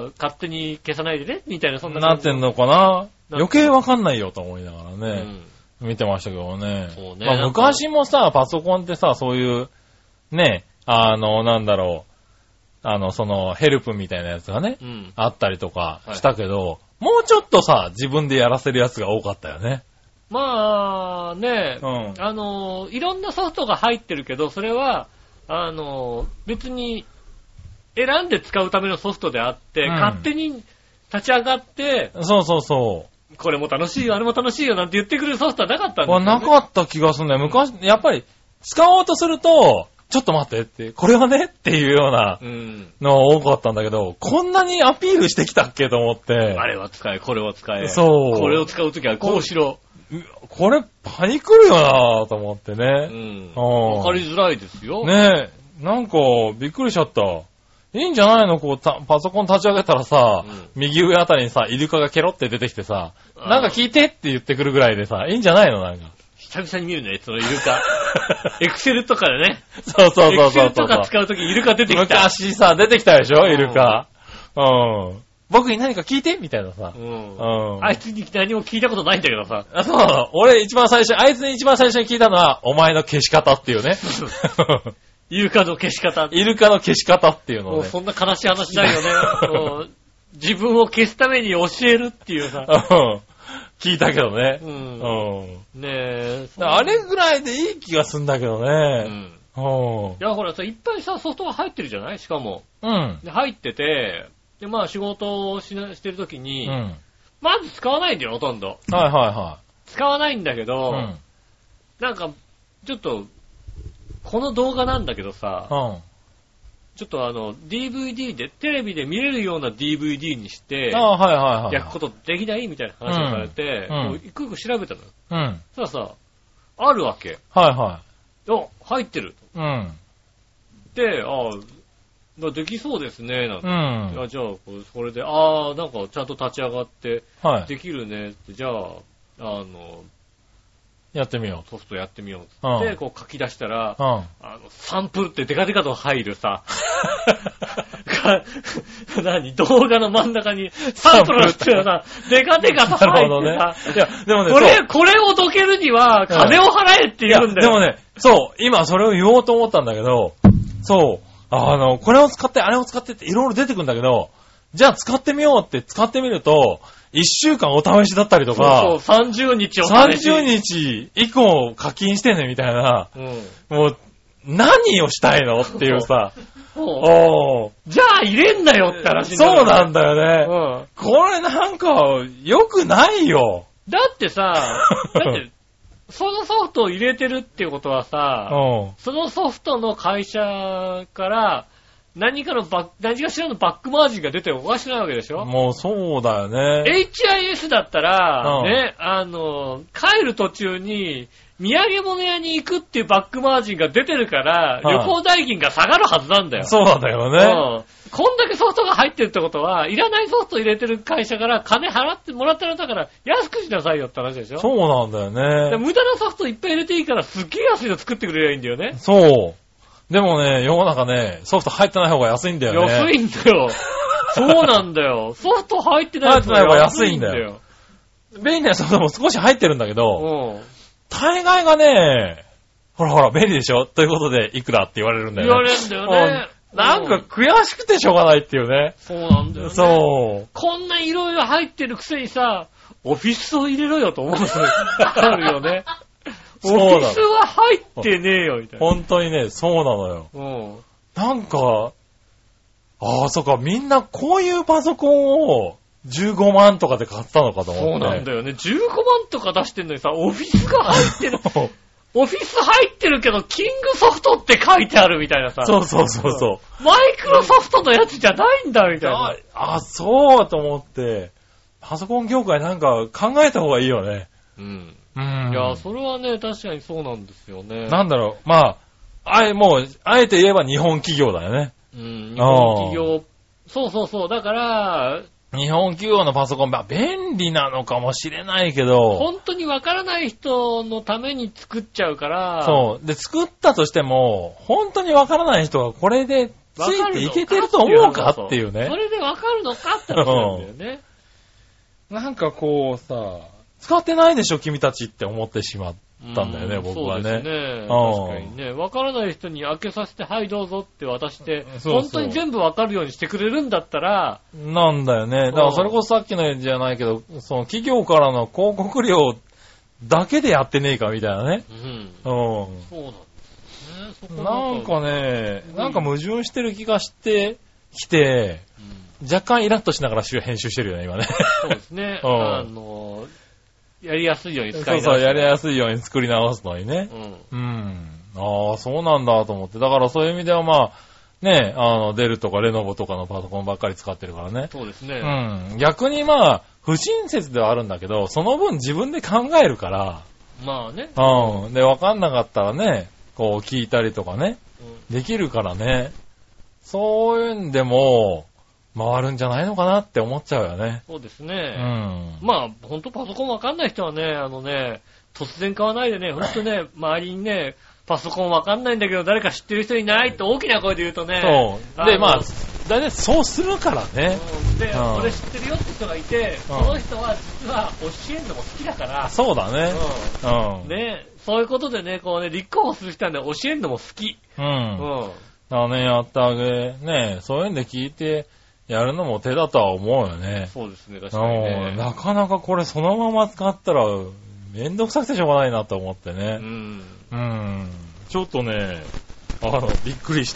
勝手に消さないでね、みたいな、そんななってんのかな。余計わかんないよと思いながらね。見てましたけどね。 そうね。 まあ、昔もさ、パソコンってさ、そういう、ね、なんだろう、その、ヘルプみたいなやつがね、あったりとかしたけど、もうちょっとさ、自分でやらせるやつが多かったよね。 まあ、ね、いろんなソフトが入ってるけど、それは、別に、選んで使うためのソフトであって、勝手に立ち上がって、これも楽しいよ、あれも楽しいよなんて言ってくるソフトはなかったんですよね。 なかった気がするんだよ。昔、やっぱり、使おうとすると、ちょっと待ってって、これはねっていうようなの多かったんだけど、こんなにアピールしてきたっけと思って。 あれは使え、これは使え。 そう。 これを使うときはこうしろ。 これ、パニクるよなぁと思ってね。 わかりづらいですよ。 ねえ、なんか、びっくりしちゃった。いいんじゃないのこう、パソコン立ち上げたらさ、右上あたりにさ、イルカがケロって出てきてさ、なんか聞いてって言ってくるぐらいでさ、いいんじゃないのなんか。 久々に見るね、そのイルカ。エクセルとかでね。 そう。エクセルとか使うときイルカ出てきた。 昔さ、出てきたでしょイルカ。僕に何か聞いてみたいなさ。 あいつに何も聞いたことないんだけどさ。 そうなの。俺あいつに一番最初に聞いたのは、お前の消し方っていうね。 イルカの消し方。 イルカの消し方っていうのをね。 もうそんな悲しい話ないよね。自分を消すために教えるっていうさ。 聞いたけどね。 ねえ。 あれぐらいでいい気がすんだけどね。 いや、ほらさ、いっぱいさ、ソフトが入ってるじゃないしかも。で、入ってて、で、まあ仕事をしてるときに、まず使わないんだよ、ほとんど。使わないんだけど、なんか、ちょっと、この動画なんだけどさ、ちょっとDVD で、テレビで見れるような DVD にして、焼くことできないみたいな話をされて、一個一個調べたのよ。そしたらさ、あるわけ。入ってる。で、できそうですね、なんて。じゃあ、これで、なんかちゃんと立ち上がって、できるねって、じゃあ、 やってみよう。ソフトやってみようって、こう書き出したら、サンプルってデカデカと入るさ、 動画の真ん中にサンプルっていうのさ、デカデカと入ってさ、 いや、でもね、 これをどけるには金を払えって言うんだよ。 でもね、そう、今それを言おうと思ったんだけど、そう、これを使って、あれを使ってっていろいろ出てくるんだけど、じゃあ使ってみようって使ってみると、1週間お試しだったりとか、 そうそう、30日お試し。 30日以降課金してねみたいな、もう、何をしたいのっていうさ、 じゃあ入れんなよって話になる。 そうなんだよね。これなんか、良くないよ。 だってさ、そのソフトを入れてるっていうことはさ、そのソフトの会社から、何かしらのバックマージンが出ておかしないわけでしょ？ もうそうだよね。 HIS だったら、ね、帰る途中に、土産物屋に行くっていうバックマージンが出てるから、旅行代金が下がるはずなんだよ。 そうなんだよね。 こんだけソフトが入ってるってことは、いらないソフト入れてる会社から金払ってもらってるんだから、安くしなさいよって話でしょ？ そうなんだよね。 無駄なソフトいっぱい入れていいから、すっげえ安いの作ってくれりゃいいんだよね。 そう。でもね、世の中ね、ソフト入ってない方が安いんだよね。 安いんだよ。そうなんだよ。ソフト入ってない方が安いんだよ。 便利なソフトも少し入ってるんだけど、大概がね、ほら、便利でしょということで、いくらって言われるんだよね。 言われるんだよね。 なんか悔しくてしょうがないっていうね。 そうなんだよね。 そう。 こんないろいろ入ってるくせにさ、オフィスを入れろよと思うのあるよね。オフィスは入ってねえよ、みたいな。 本当にね、そうなのよ。なんか、そうか、みんなこういうパソコンを15万とかで買ったのかと思って。 そうなんだよね。15万とか出してんのにさ、オフィスが入ってる。オフィス入ってるけど、キングソフトって書いてあるみたいなさ。 そう。 マイクロソフトのやつじゃないんだ、みたいな。 そうと思って、パソコン業界なんか考えた方がいいよね。 いや、それはね、確かにそうなんですよね。 なんだろう、あえて言えば日本企業だよね。 日本企業。そう。だから、 日本企業のパソコン、便利なのかもしれないけど、 本当にわからない人のために作っちゃうから、 そう。で、作ったとしても、本当にわからない人がこれでついていけてると思うかっていうね。 それでわかるのかって話なんだよね。 なんかこうさ、使ってないでしょ君たちって思ってしまったんだよね、僕はね。そうですね。確かにね。わからない人に開けさせて、はいどうぞって渡して、本当に全部わかるようにしてくれるんだったら。 なんだよね。だからそれこそさっきのじゃないけど、その企業からの広告料だけでやってねえかみたいなね。 そうなんですね。 なんかね、なんか矛盾してる気がしてきて、若干イラッとしながら編集してるよね、今ね。 そうですね。やりやすいように使い直す。 そう、やりやすいように作り直すのにね。そうなんだと思って。だからそういう意味ではデルとかレノボとかのパソコンばっかり使ってるからね。 そうですね。 逆に不親切ではあるんだけど、その分自分で考えるから。で、わかんなかったらね、こう聞いたりとかね、できるからね。そういうんでも、回るんじゃないのかなって思っちゃうよね。 そうですね。ほんとパソコンわかんない人はね、突然買わないでね、ほんとね、周りにね、パソコンわかんないんだけど誰か知ってる人いないって大きな声で言うとね。 そう。で、だいたいそうするからね。 で、俺知ってるよって人がいて、その人は実は教えるのも好きだから。 そうだね。 ね、そういうことでね、こうね、立候補する人はね、教えるのも好き。やってあげ、ね、そういうんで聞いて、やるのも手だとは思うよね。 そうですね、確かにね。 なかなかこれそのまま使ったら、めんどくさくてしょうがないなと思ってね。ちょっとね、びっくりした。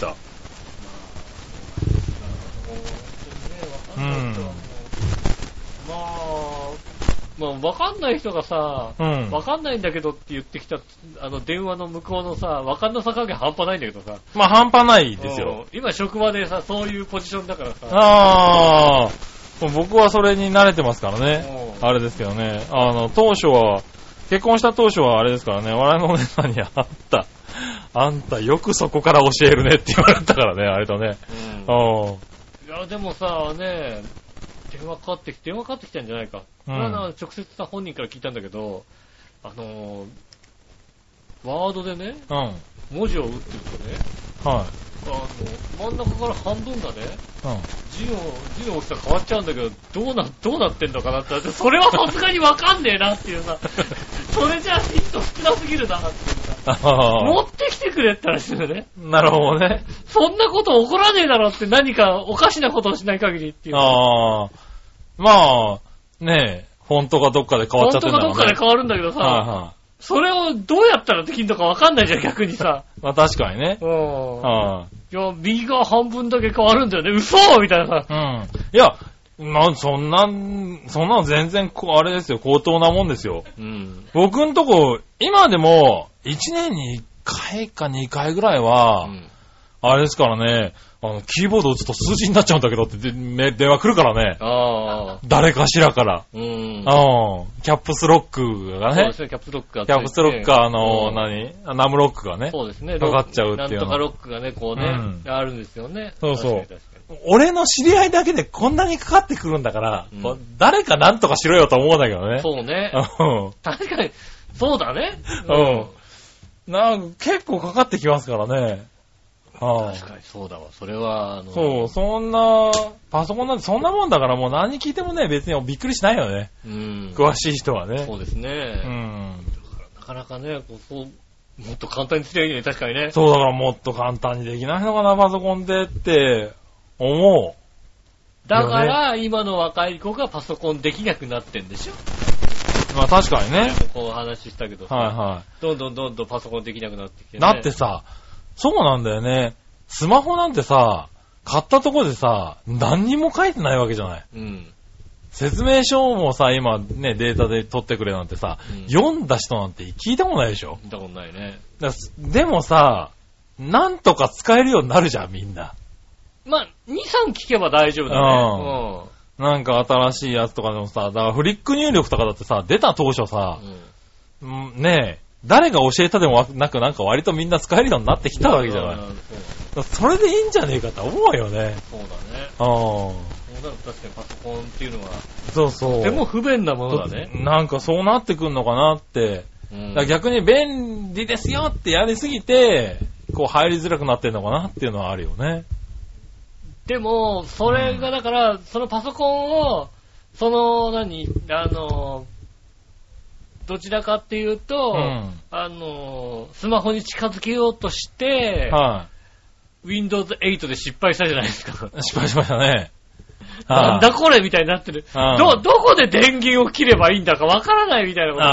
わかんない人がさ、わかんないんだけどって言ってきた、電話の向こうのさ、わかんなさ加減半端ないんだけどさ。 半端ないですよ。 今職場でさ、そういうポジションだからさ。 僕はそれに慣れてますからね。あれですけどね。結婚した当初はあれですからね、笑いのお姉さんにあんたよくそこから教えるねって言われたからね、あれとね。 いや、でもさ、ね、電話かかってきたんじゃないか。直接さ、本人から聞いたんだけど、ワードでね、文字を打ってるとね、 真ん中から半分がね、字の大きさ変わっちゃうんだけど、どうなってんのかなって、それはさすがにわかんねえなっていうさ、それじゃヒント少なすぎるなっていうさ、持ってきてくれって話だよね。 なるほどね。 そんなこと起こらねえだろって、何かおかしなことをしない限りっていう。 まあ、ねえ、フォントがどっかで変わっちゃってんだろうね。 フォントがどっかで変わるんだけどさ、それをどうやったらできんのかわかんないじゃん、逆にさ。 まあ確かにね。 いや、右側半分だけ変わるんだよね。嘘みたいなさ。 いや、まあそんなの全然、あれですよ、高等なもんですよ。僕んとこ、今でも、1年に1回か2回ぐらいは、あれですからね、キーボード打つと数字になっちゃうんだけどって電話来るからね。誰かしらから。キャップスロックがね。そうですね、キャップスロックが。 キャップスロックがナムロックがね。 そうですね。 かかっちゃうっていう。 なんとかロックがね、こうね、あるんですよね。 そうそう。俺の知り合いだけでこんなにかかってくるんだから、誰かなんとかしろよと思うんだけどね。 そうね。確かに、そうだね。 結構かかってきますからね。 確かにそうだわ。それは、 そう、そんな、パソコンなんてそんなもんだからもう何聞いてもね、別にびっくりしないよね。詳しい人はね。 そうですね。だからなかなかね、もっと簡単にすりゃいいね、確かにね。 そう、だからもっと簡単にできないのかな、パソコンでって思う。 だから、今の若い子がパソコンできなくなってんでしょ。 まあ確かにね。 こう話したけどさ。 はいはい。 どんどんパソコンできなくなってきてね。 だってさ、そうなんだよね。スマホなんてさ、買ったとこでさ、何にも書いてないわけじゃない。説明書もさ、今ね、データで取ってくれなんてさ、読んだ人なんて聞いたことないでしょ。 聞いたことないね。 でもさ、なんとか使えるようになるじゃん、みんな。 まあ、2、3聞けば大丈夫だね。 なんか新しいやつとかでもさ、だからフリック入力とかだってさ、出た当初さ、ねえ、誰が教えたでもなくなんか割とみんな使えるようになってきたわけじゃない。それでいいんじゃねえかと思うよね。 そうだね。そうなると確かにパソコンっていうのは、 そうそう。 とても不便なものだね。 なんかそうなってくんのかなって。だ逆に便利ですよってやりすぎて、こう入りづらくなってんのかなっていうのはあるよね。 でも、それがだから、そのパソコンを、どちらかっていうと、スマホに近づけようとして、Windows 8で失敗したじゃないですか。 失敗しましたね。 なんだこれみたいになってる。どこで電源を切ればいいんだかわからないみたいなこと。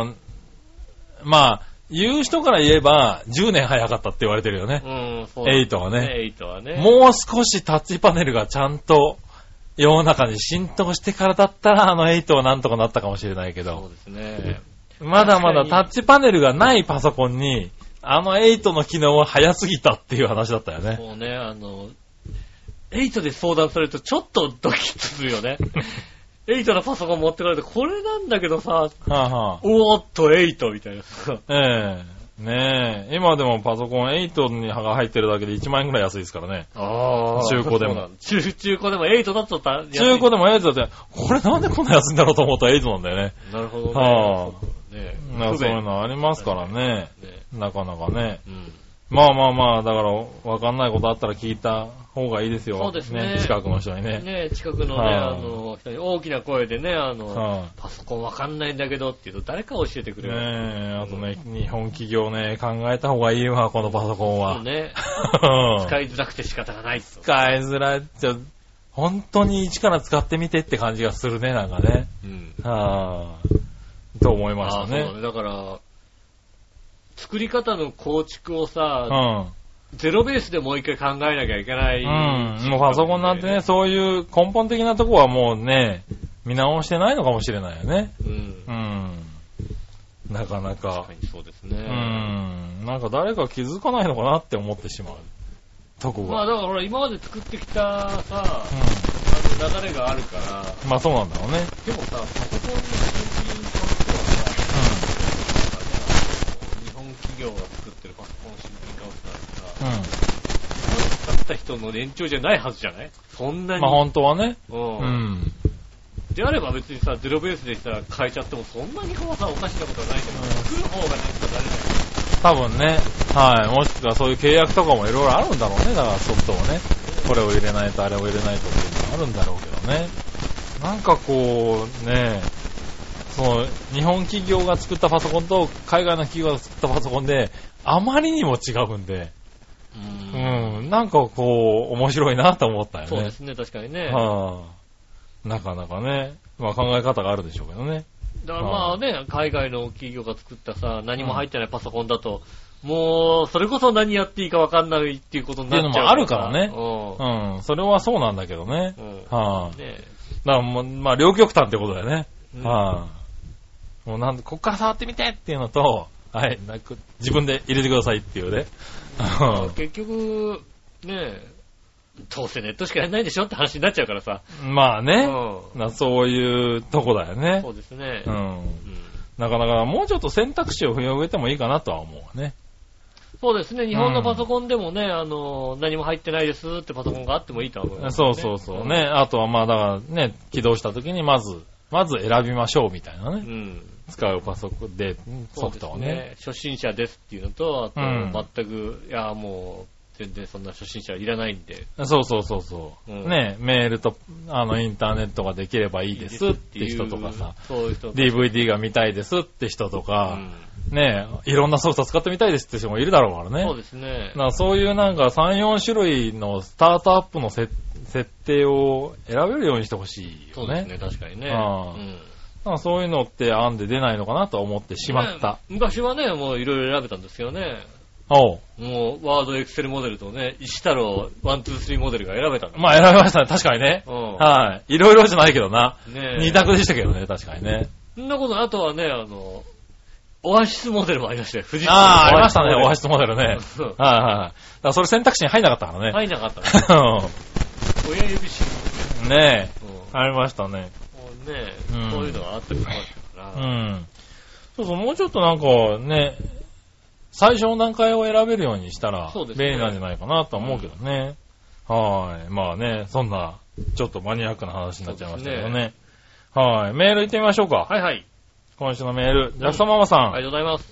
まあ、言う人から言えば、10年早かったって言われてるよね。8はね。 8はね。 もう少しタッチパネルがちゃんと世の中に浸透してからだったら、8はなんとかなったかもしれないけど。 そうですね。 まだまだタッチパネルがないパソコンに、8の機能は早すぎたっていう話だったよね。 そうね、8で相談されるとちょっとドキッとするよね。8のパソコン持ってかれて、これなんだけどさ、おーっと8みたいなさ。 ねえ。今でもパソコン8にが入ってるだけで1万円くらい安いですからね。中古でも。 中古でも8だと中古でも8だって、これなんでこんな安いんだろうと思ったら8なんだよね。 なるほどね。 そういうのありますからね。なかなかね。まあ、だから、わかんないことあったら聞いた方がいいですよ。 そうですね。 近くの人にね。 ね、近くのね、人に大きな声でね、パソコンわかんないんだけどって言うと誰か教えてくれる。 ねあとね、日本企業ね、考えた方がいいわ、このパソコンは。 そうね。使いづらくて仕方がない。 使いづらいって、本当に一から使ってみてって感じがするね、なんかね。と思いましたね。 そうね。だから、作り方の構築をさ、ゼロベースでもう一回考えなきゃいけない。 もうパソコンなんてね、そういう根本的なとこはもうね、見直してないのかもしれないよね。なかなか。 確かにそうですね。 なんか誰か気づかないのかなって思ってしまうとこが。 まあだからほら、今まで作ってきたさ、流れがあるから。 まあそうなんだろうね。 でもさ、パソコンの新品としてはさ、日本企業が作ってるパソコンの新品買うってなったらさ、使った人の年長じゃないはずじゃない？そんなに。 まあ本当はね。 であれば別にさ、ゼロベースでさ、変えちゃってもそんなにさ、おかしなことはないけど、作る方がね、慣れない。 多分ね、はい。もしくはそういう契約とかもいろいろあるんだろうね。だからソフトをね。これを入れないとあれを入れないとっていうのがあるんだろうけどね。なんかこう、ね、その、日本企業が作ったパソコンと海外の企業が作ったパソコンで、あまりにも違うんで、なんかこう、面白いなと思ったよね。 そうですね、確かにね。 なかなかね、まあ考え方があるでしょうけどね。 だからまあね、海外の企業が作ったさ、何も入ってないパソコンだと、もう、それこそ何やっていいか分かんないっていうことになっちゃうから。っていうのもあるからね。それはそうなんだけどね。ね、だからもう、まあ両極端ってことだよね。もうこっから触ってみてっていうのと、はい、自分で入れてくださいっていうね。 結局、ね、どうせネットしかやらないでしょって話になっちゃうからさ。 まあね。そういうとこだよね。 そうですね。 なかなかもうちょっと選択肢を広げてもいいかなとは思うね。 そうですね。日本のパソコンでもね、何も入ってないですってパソコンがあってもいいと思います、ね。 そうね。あとはまあだからね、起動した時にまず選びましょうみたいなね。使うパソコンで、ソフトをね。 初心者ですっていうのと、あと、全く、いや、もう、全然そんな初心者はいらないんで。 そうね、メールと、インターネットができればいいですって人とかさ、 そういう人 DVD が見たいですって人とか、ね、いろんなソフト使ってみたいですって人もいるだろうからね。 そうですね。 そういうなんか3、4種類のスタートアップの設定を選べるようにしてほしいよね。 そうですね、確かにね。 そういうのって案で出ないのかなと思ってしまった。 昔はね、もういろいろ選べたんですけどね。 もう、ワードエクセルモデルとね、石太郎1、2、3モデルが選べたんです。 まあ選べましたね、確かにね。はい。いろいろじゃないけどな。二択でしたけどね、確かにね。 そんなこと、あとはね、オアシスモデルもありましたよ。 ありましたね、オアシスモデルね。はい。だからそれ選択肢に入んなかったからね。 入んなかったね。親指シールねありましたね。 そういうのがあったりしましたから。 そう、もうちょっとなんかね、最初の段階を選べるようにしたら便利なんじゃないかなと思うけどね。はい。まあね、そんな、ちょっとマニアックな話になっちゃいましたけどね。はい。メール行ってみましょうか。 はいはい。 今週のメール、ジャクソンママさん。 ありがとうございます。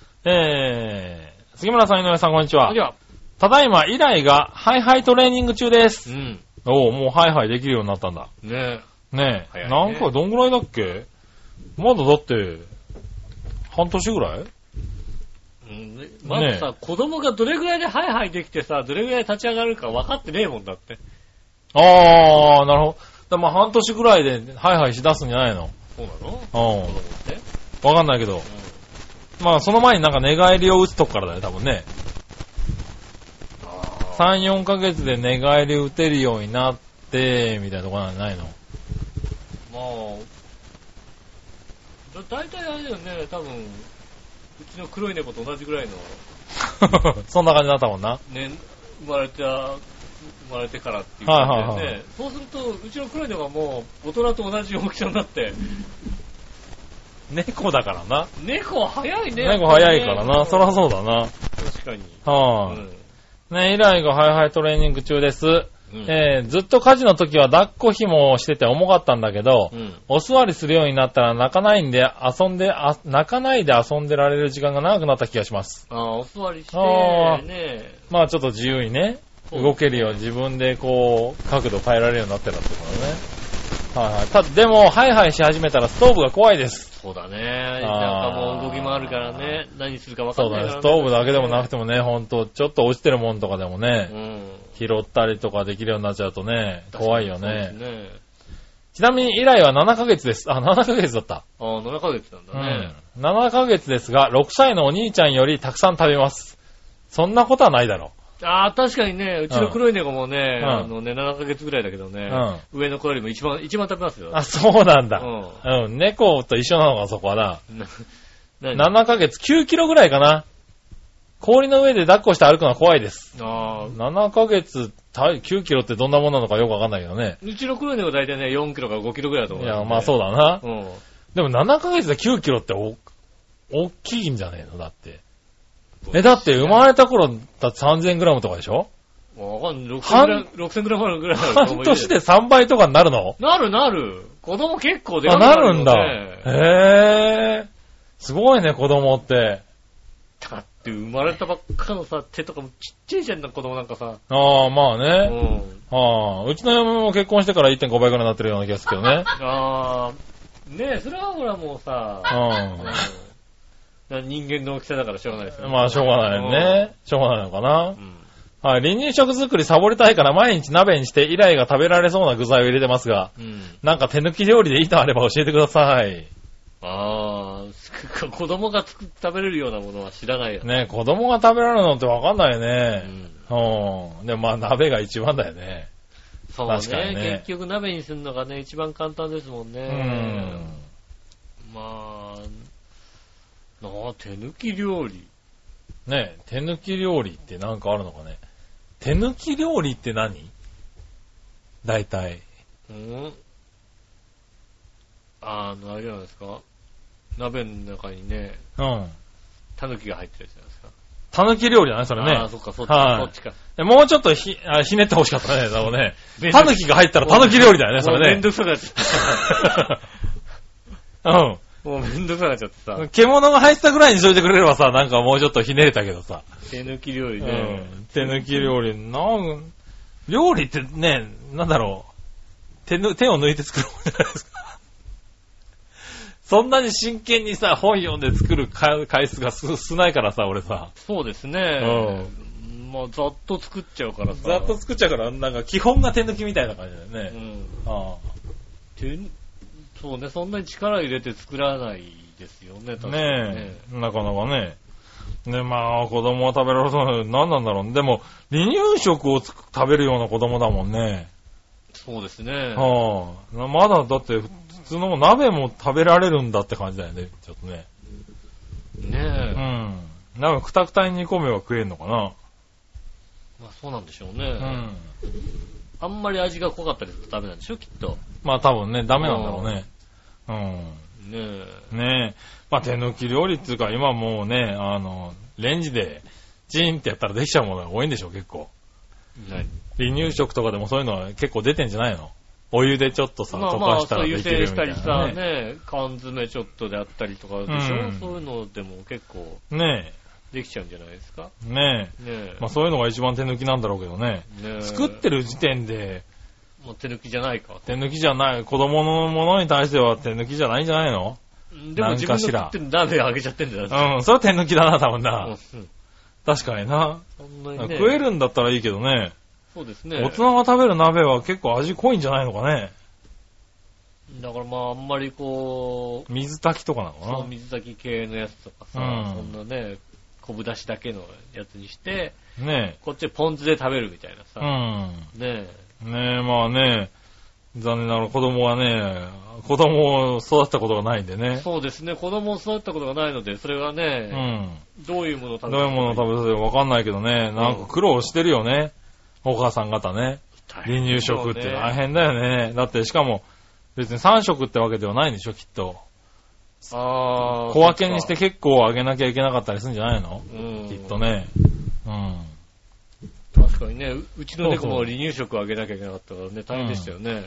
杉村さん、井上さん、こんにちは。 こんにちは。 ただいま、依頼がハイハイトレーニング中です。もうハイハイできるようになったんだ。 ねえ。なんかどんぐらいだっけ？まだだって、半年ぐらい？ まずさ、子供がどれぐらいでハイハイできてさ、どれぐらい立ち上がるか分かってねえもんだって。 なるほど。まあ半年ぐらいでハイハイしだすんじゃないの？ そうなの？ 子供って？分かんないけど。まあその前になんか寝返りを打つとこからだよ、多分ね。3、4ヶ月で寝返り打てるようになって、みたいなとこなんじゃないの？ まあ、だいたいあれだよね、多分、うちの黒い猫と同じぐらいの。 そんな感じだったもんな。 ね、生まれてからっていう感じでね。そうすると、うちの黒い猫がもう、大人と同じ大きさになって。 猫だからな。 猫早いね。 猫早いからな。そりゃそうだな。 確かに。 ね、依頼がハイハイトレーニング中です。ずっと家事の時は抱っこ紐をしてて重かったんだけど、お座りするようになったら泣かないで遊んでられる時間が長くなった気がします。 お座りして、ね。 まあちょっと自由にね、動けるよう自分でこう、角度変えられるようになってたってことね。でも、ハイハイし始めたらストーブが怖いです。 そうだね。なんかもう動きもあるからね、何するか分かんないからね。 そうだね。ストーブだけでもなくてもね、ほんと、ちょっと落ちてるもんとかでもね、拾ったりとかできるようになっちゃうとね、怖いよね。ちなみに依頼は7ヶ月です。7ヶ月だった。 7ヶ月なんだね。 7ヶ月ですが、6歳のお兄ちゃんよりたくさん食べます。そんなことはないだろう。 確かにね、うちの黒い猫もね、7ヶ月ぐらいだけどね、上の子よりも一番食べますよ。 そうなんだ。猫と一緒なのか、そこはな。7ヶ月、9キロぐらいかな。氷の上で抱っこして歩くのは怖いです。7ヶ月、9キロってどんなもんなのかよくわかんないけどね。 うちの黒い猫大体ね、4キロから5キロぐらいだと思う。 いや、まあそうだな。でも7ヶ月で9キロって大きいんじゃねえのだって。だって生まれた頃だって3000グラムとかでしょ？ わかんない。6000グラムあるぐらいだと思う。 半年で3倍とかになるの？ なる。子供結構でかくなるんだ。へぇー。すごいね、子供って。 だっって生まれたばっかのさ、手とかもちっちゃいじゃんな、子供なんかさ。 ああ、まあね。 うん。 うちの嫁も結婚してから 1.5 倍くらいになってるような気がするけどね。 ああ、ねえ、それはほらもうさ、人間の大きさだからしょうがないですよね。 まあ、しょうがないよね。しょうがないのかな。 うん。 はい、離乳食作りサボりたいから毎日鍋にしてイライが食べられそうな具材を入れてますが、なんか手抜き料理でいいとあれば教えてください。 ああ、子供が食べれるようなものは知らないよね。子供が食べられるのってわかんないよね。でもまあ鍋が一番だよね。 そうね。確かにね。結局鍋にするのがね、一番簡単ですもんね。まあ、手抜き料理。 ね、手抜き料理ってなんかあるのかね。手抜き料理って何？大体。 あれじゃないですか。鍋の中にね、タヌキが入ってるやつじゃないですか。 タヌキ料理だね、それね。 ああ、そっか、そっちか。 もうちょっとひねってほしかったね、だろうね。タヌキが入ったらタヌキ料理だよね、それね。 めんどくさくなっちゃった。もうめんどくさくなっちゃってさ。 獣が入ったぐらいにしといてくれればさ、なんかもうちょっとひねれたけどさ。 手抜き料理ね。 手抜き料理、料理ってね、なんだろう。手を抜いて作るもんじゃないですか。そんなに真剣にさ、本読んで作る回数が少ないからさ、俺さ。 そうですね。まあ、ざっと作っちゃうからさ。 ざっと作っちゃうから、なんか基本が手抜きみたいな感じだよね。 そうね、そんなに力入れて作らないですよね、確かにね。 なかなかね。ね、まあ、子供は食べられそうなの何なんだろう。でも、離乳食を食べるような子供だもんね。 そうですね。 まだ、だって、普通の鍋も食べられるんだって感じだよね、ちょっとね。なんか、くたくたに煮込めば食えんのかな。 まあ、そうなんでしょうね。あんまり味が濃かったりするとダメなんでしょ、きっと。 まあ、多分ね、ダメなんだろうね。ねえ。まあ、手抜き料理っていうか、今もうね、レンジで、チーンってやったらできちゃうものが多いんでしょ、結構。離乳食とかでもそういうのは結構出てんじゃないの？お湯でちょっとさ、溶かしたらできるみたいな、ね。まあ、そういうしたりさ、ね、缶詰ちょっとであったりとかでしょ、そういうのでも結構、ねできちゃうんじゃないですか。ねえ。 まあ、そういうのが一番手抜きなんだろうけどね。作ってる時点で、 もう手抜きじゃないか。 手抜きじゃない。子供のものに対しては手抜きじゃないんじゃないの？ でも自分の作ってる鍋あげちゃってんじゃないですか。 それは手抜きだな、多分な。確かにな。 そんなにね、 食えるんだったらいいけどね。 そうですね。 大人が食べる鍋は結構味濃いんじゃないのかね。 だからまああんまりこう。 水炊きとかなのかな。 そう、水炊き系のやつとかさ、そんなね、昆布だしだけのやつにして、こっちでポン酢で食べるみたいなさ。まあね、 残念ながら子供はね、子供を育ったことがないんでね。 そうですね、子供を育ったことがないので、それはね、どういうものを食べてるか。 どういうものを食べてるかわかんないけどね、なんか苦労してるよね。お母さん方ね。離乳食って大変だよね。だってしかも別に3食ってわけではないんでしょ、きっと。小分けにして結構あげなきゃいけなかったりするんじゃないの？きっとね。 確かにね、うちの猫も離乳食をあげなきゃいけなかったからね、大変でしたよね。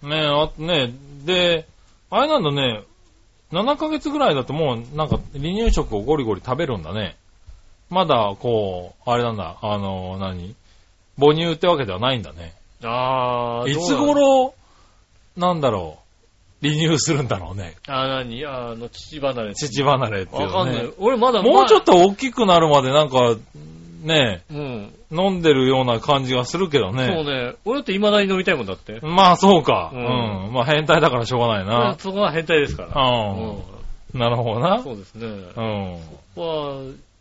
で、あれなんだね、7ヶ月ぐらいだともうなんか離乳食をゴリゴリ食べるんだね。まだこう、あれなんだ、母乳ってわけではないんだね。いつ頃、なんだろう、離乳するんだろうね。 乳離れ。 乳離れっていうね。 わかんない。俺まだもうちょっと大きくなるまでなんか、ね飲んでるような感じがするけどね。 そうね。俺だって未だに飲みたいもんだって。 まあそうか。まあ変態だからしょうがないな。 そこは変態ですから。 なるほどな。 そうですね。そこは、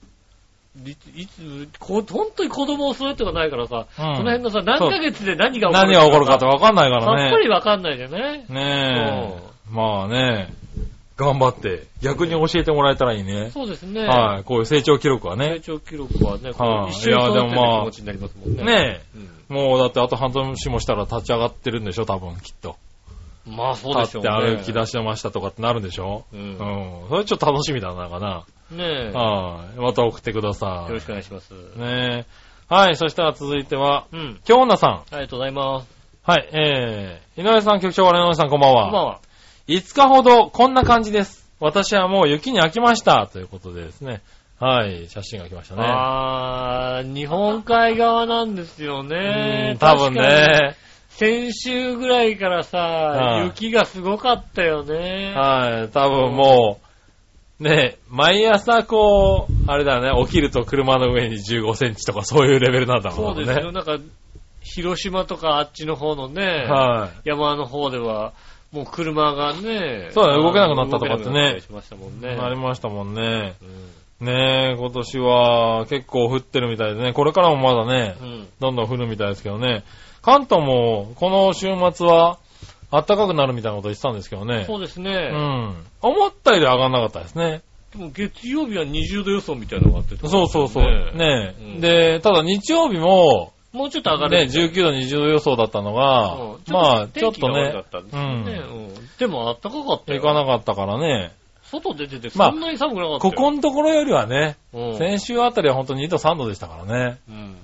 本当に子供を育てがないからさ、その辺のさ、何ヶ月で何が起こるかって分かんないからね。 さっぱり分かんないじゃね。 まあね、頑張って、逆に教えてもらえたらいいね。 そうですね。 はい、こういう成長記録はね。 成長記録はね、一緒に育てる気持ちになりますもんね。 ねえ。もうだってあと半年もしたら立ち上がってるんでしょ、多分きっと。 まあそうでしょうね。 立って歩き出してましたとかってなるんでしょ。それちょっと楽しみだな、な。 ねえ。 また送ってください。 よろしくお願いします。 ねえ。はい、そしたら続いては、京女さん。 ありがとうございます。 はい、井上さん、局長、我々さん、こんばんは。 こんばんは。 5日ほどこんな感じです。私はもう雪に飽きました。ということでですね。 はい、写真が来ましたね。 日本海側なんですよね。 多分ね。 先週ぐらいからさ、雪がすごかったよね。 はい、多分もう、ね、毎朝こう、あれだよね、起きると車の上に15センチとかそういうレベルなんだろうね。 そうですよ。なんか、広島とかあっちの方のね、山の方では、もう車がね、 そうだね、動けなくなったとかってね、 しましたもんね。 なりましたもんね。ねえ、今年は結構降ってるみたいでね、これからもまだね、どんどん降るみたいですけどね。関東もこの週末は暖かくなるみたいなこと言ってたんですけどね。 そうですね。 思ったより上がんなかったですね。 でも月曜日は20度予想みたいなのがあってた、 そうそうそう。ねえ、で、ただ日曜日も、 もうちょっと上がる。 ね、19度、20度予想だったのが、まあ、ちょっとね、 でも暖かかったよ。 行かなかったからね。 外出ててそんなに寒くなかったよ。 ここのところよりはね、先週あたりはほんと2度、3度でしたからね。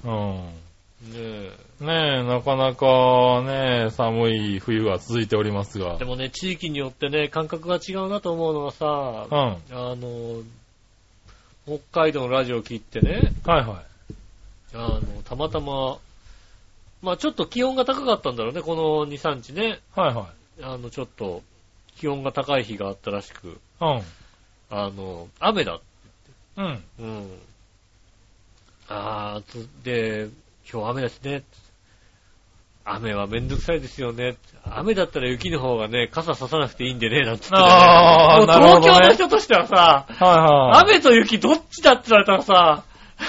ねえ、なかなかね、寒い冬が続いておりますが。 でもね、地域によってね、感覚が違うなと思うのはさ、北海道のラジオを聞いてね、たまたま、まあちょっと気温が高かったんだろうね、この2、3日ね。ちょっと気温が高い日があったらしく、雨だって言って。で、今日雨ですね。雨はめんどくさいですよね。雨だったら雪の方がね、傘ささなくていいんでね、なんて言って、ね。東京の人としてはさ、雨と雪どっちだって言われたらさ、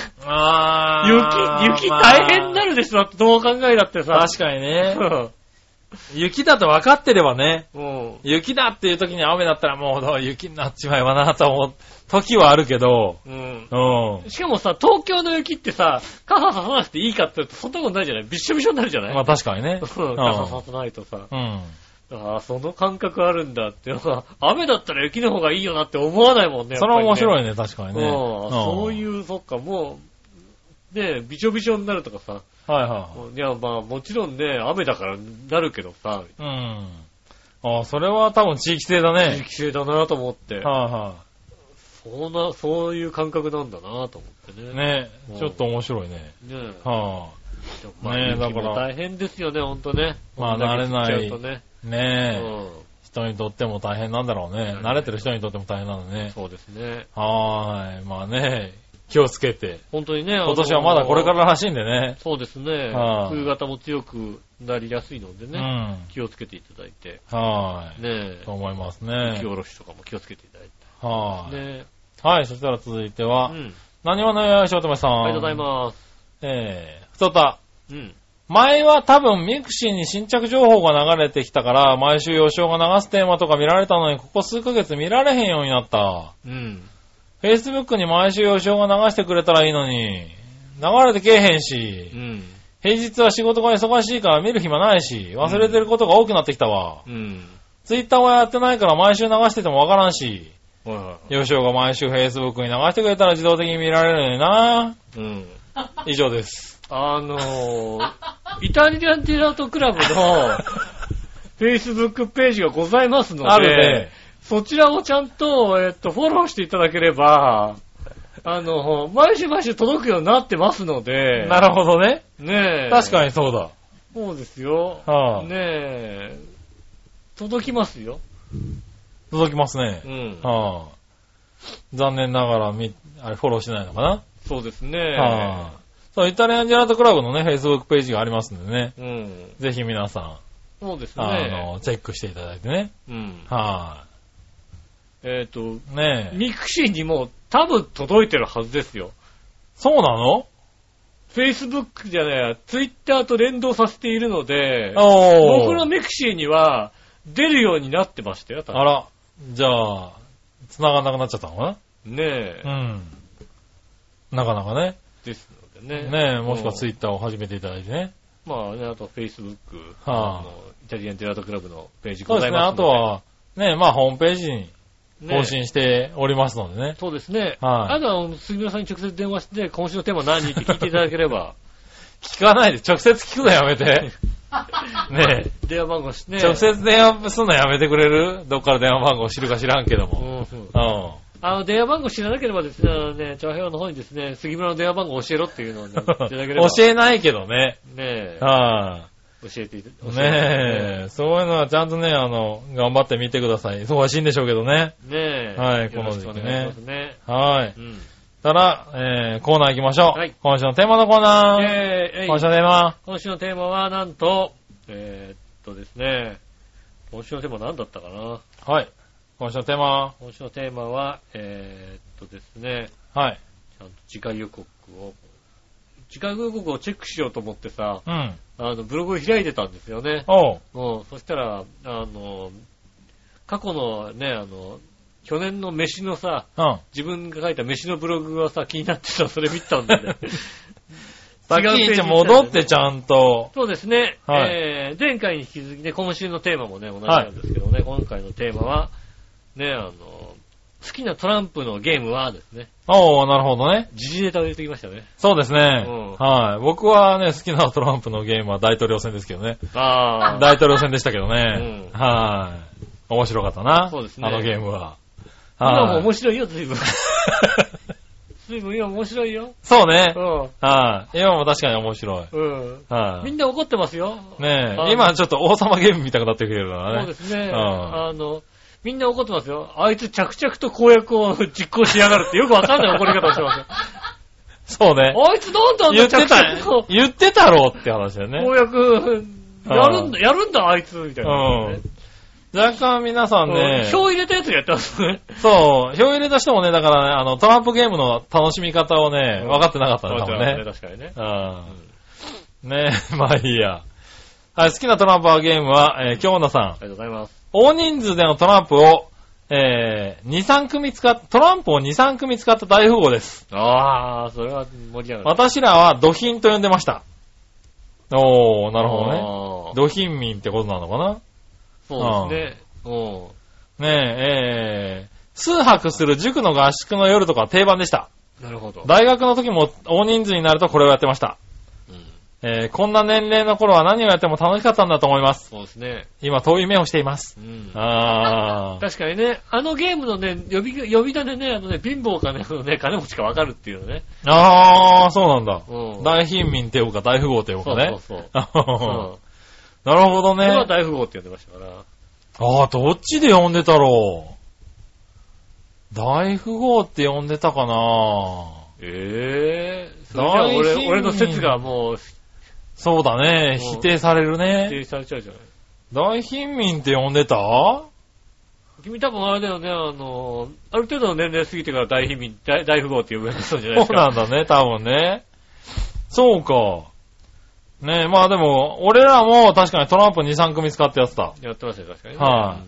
雪大変になるでしょ、どう考えだってさ。 確かにね。雪だと分かってればね、雪だっていう時に雨だったらもう雪になっちまえばなと思う時はあるけど、しかもさ、東京の雪ってさ、傘ささなくていいかって言うとそんなことないじゃない？びっしょびしょになるじゃない？ まあ確かにね。 傘ささないとさ。その感覚あるんだっていうのは、雨だったら雪の方がいいよなって思わないもんね。 それは面白いね、確かにね。 そういう、そっか、もう、ね、びしょびしょになるとかさ。いや、まあ、もちろんね、雨だからなるけどさ。 それは多分地域性だね。 地域性だなと思って。そういう感覚なんだなと思ってね。 ね、ちょっと面白いね。ねだから。大変ですよね、ほんとね。 まあ、慣れない。ね人にとっても大変なんだろうね。慣れてる人にとっても大変なんだね。 そうですね。 まあね。気をつけて。 本当にね。 今年はまだこれかららしいんでね。 そうですね。冬型も強くなりやすいのでね。気をつけていただいて。ねと思いますね。 雪下ろしとかも気をつけていただいて。 ねそしたら続いては、何話のよしおとめさん。 ありがとうございます。 ふとた。前は多分ミクシーに新着情報が流れてきたから、毎週吉尾が流すテーマとか見られたのに、ここ数ヶ月見られへんようになった。Facebook に毎週吉尾が流してくれたらいいのに、流れてけえへんし、平日は仕事が忙しいから見る暇ないし、忘れてることが多くなってきたわ。Twitter はやってないから毎週流しててもわからんし、吉尾が毎週 Facebook に流してくれたら自動的に見られるのにな。以上です。 イタリアンディラートクラブの Facebook ページがございますので、あるね。そちらをちゃんと、フォローしていただければ、毎週届くようになってますので。 なるほどね。 ねえ。 確かにそうだ。 そうですよ。ねえ。届きますよ。 届きますね。残念ながら、フォローしないのかな？ そうですね。 そう、イタリアンジェラートクラブのね、Facebook ページがありますんでね。ぜひ皆さん。 そうですね。 チェックしていただいてね。 ミクシーにも多分届いてるはずですよ。 そうなの？ Facebook じゃないや、Twitter と連動させているので、僕のミクシーには出るようになってましたよ。 あら、じゃあ、繋がんなくなっちゃったのかな？ ねえ。 なかなかね。 ですのでね。 ねえ、もしくは Twitter を始めていただいてね。 まあね、あと Facebook、イタリアンディラートクラブのページございますので。 そうですね、あとは、ね、まあホームページに更新しておりますのでね。 そうですね。あとは杉村さんに直接電話して、今週のテーマ何って聞いていただければ。 聞かないで、直接聞くのやめて。ねえ。電話番号してね。 直接電話すんのやめてくれる？どっから電話番号知るか知らんけども。 電話番号知らなければですね、チャーヘアの方にですね、杉村の電話番号教えろっていうのをね、いただければ。 教えないけどね。 ねえ。 はい、 教えてねえ、そういうのはちゃんとね、頑張ってみてください。忙しいんでしょうけどね。 ねえ。 はい、この時期ね。はい。 うん。 たら、コーナー行きましょう。はい。今週のテーマのコーナー。今週のテーマ。 今週のテーマは、なんと、ですね、今週のテーマ何だったかな。 はい。今週のテーマ。 今週のテーマは、ですね。 はい。 ちゃんと次回予告をチェックしようと思ってさ、 うん。 ブログを開いてたんですよね。 おう。そしたら、過去のね、去年の飯のさ、 うん。 自分が書いた飯のブログがさ、気になってさ、それ見たんだよね。 さっきじゃ戻ってちゃんと。 そうですね。 はい、 前回に引き続きね、今週のテーマもね、同じなんですけどね、はい、今回のテーマは、ね、好きなトランプのゲームはですね。 おー、なるほどね。 時事ネタを入れてきましたね。 そうですね。うん、はい。僕はね、好きなトランプのゲームは大統領選ですけどね。 ああ。 大統領選でしたけどね。うん、はい。面白かったな。 そうですね。 ゲームは。 今も面白いよ、随分。随分今面白いよ。 そうね。うん。はい。今も確かに面白い。 うん。はい。みんな怒ってますよ。 ねえ。今ちょっと王様ゲーム見たくなってくれるからね。 そうですね。みんな怒ってますよ。あいつ着々と公約を実行しやがるってよくわかんない怒り方をしてますよ。 そうね。 あいつなんであんな着々と。 言ってたろって話だよね。 公約、やるんだあいつ、みたいな、ね。 若干皆さんね。 票入れたやつがやってますね。 そう。票入れた人もね、だからね、トランプゲームの楽しみ方をね、分かってなかったね、多分ね。 確かにね。 ねえ、まあいいや。はい、好きなトランプゲームは、京奈さん。ありがとうございます。 大人数でのトランプを、2、3組トランプを2、3組使った大富豪です。 ああ、それは盛り上がる。 私らは土品と呼んでました。おー、なるほどね。土品民ってことなのかな。 そうですね。 ねえ、数泊する塾の合宿の夜とか定番でした。 なるほど。 大学の時も大人数になるとこれをやってました。こんな年齢の頃は何をやっても楽しかったんだと思います。 そうですね。 今遠い目をしています。 確かにね、ゲームのね、呼び名でね、貧乏かね、金持ちかわかるっていうのね。 そうなんだ。大貧民っていうか大富豪っていうかね。 そう。 なるほどね。 それは大富豪って呼んでましたから。 どっちで呼んでたろう。大富豪って呼んでたかな。 それじゃあ俺の説がもう、 そうだね。否定されるね。 否定されちゃうじゃない。 大貧民って呼んでた？ 君多分あれだよね、ある程度の年齢過ぎてから大貧民、大富豪って呼ぶやつなんじゃないですか。 そうなんだね、多分ね。そうか。ねえ、まあでも、俺らも確かにトランプ2、3組使ってやってた。 やってましたよ、確かにね。 はい、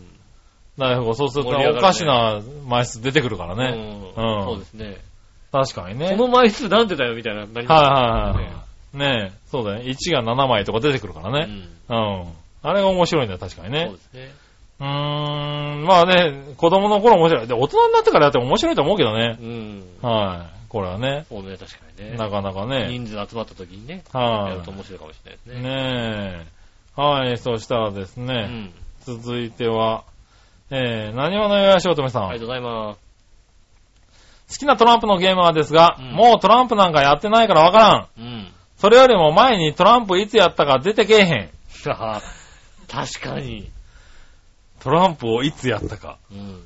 大富豪、そうするとおかしな枚数出てくるからね。 そうですね。 確かにね。 この枚数なんでだよ、みたいな。 はい。ねえ、そうだね。1が7枚とか出てくるからね。あれが面白いんだよ、確かにね。 そうですね。 まあね、子供の頃面白い。で、大人になってからやっても面白いと思うけどね。はい。これはね。 そうね、確かにね。 なかなかね。 人数集まった時にね。やると面白いかもしれないですね。 ねえ。はい、そしたらですね。続いては、何話のよやしおとめさん。 ありがとうございます。 好きなトランプのゲームはですが、もうトランプなんかやってないからわからん。それよりも前にトランプいつやったか出てけえへん。 確かに。 トランプをいつやったか。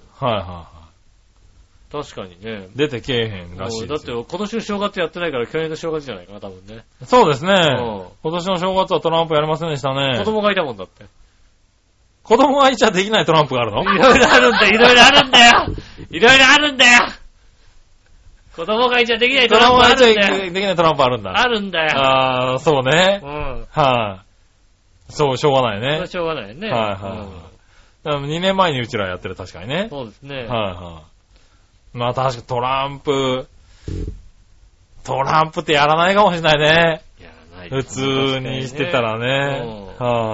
確かにね。 出てけえへんらしいですよ。 だって今年の正月やってないから去年の正月じゃないかな、多分ね。 そうですね。今年の正月はトランプやりませんでしたね。 子供がいたもんだって。 子供がいちゃできないトランプがあるの？ いろいろあるんだよ。いろいろあるんだよ。子供がいちゃできないトランプあるんだよ。 子供がいちゃできないトランプあるんだ。 あるんだよ。 そうね。そう、しょうがないね。 しょうがないね。 2年前にうちらやってる、確かにね。 そうですね。 まあ確かトランプってやらないかもしれないね。 やらない。 普通にしてたらね。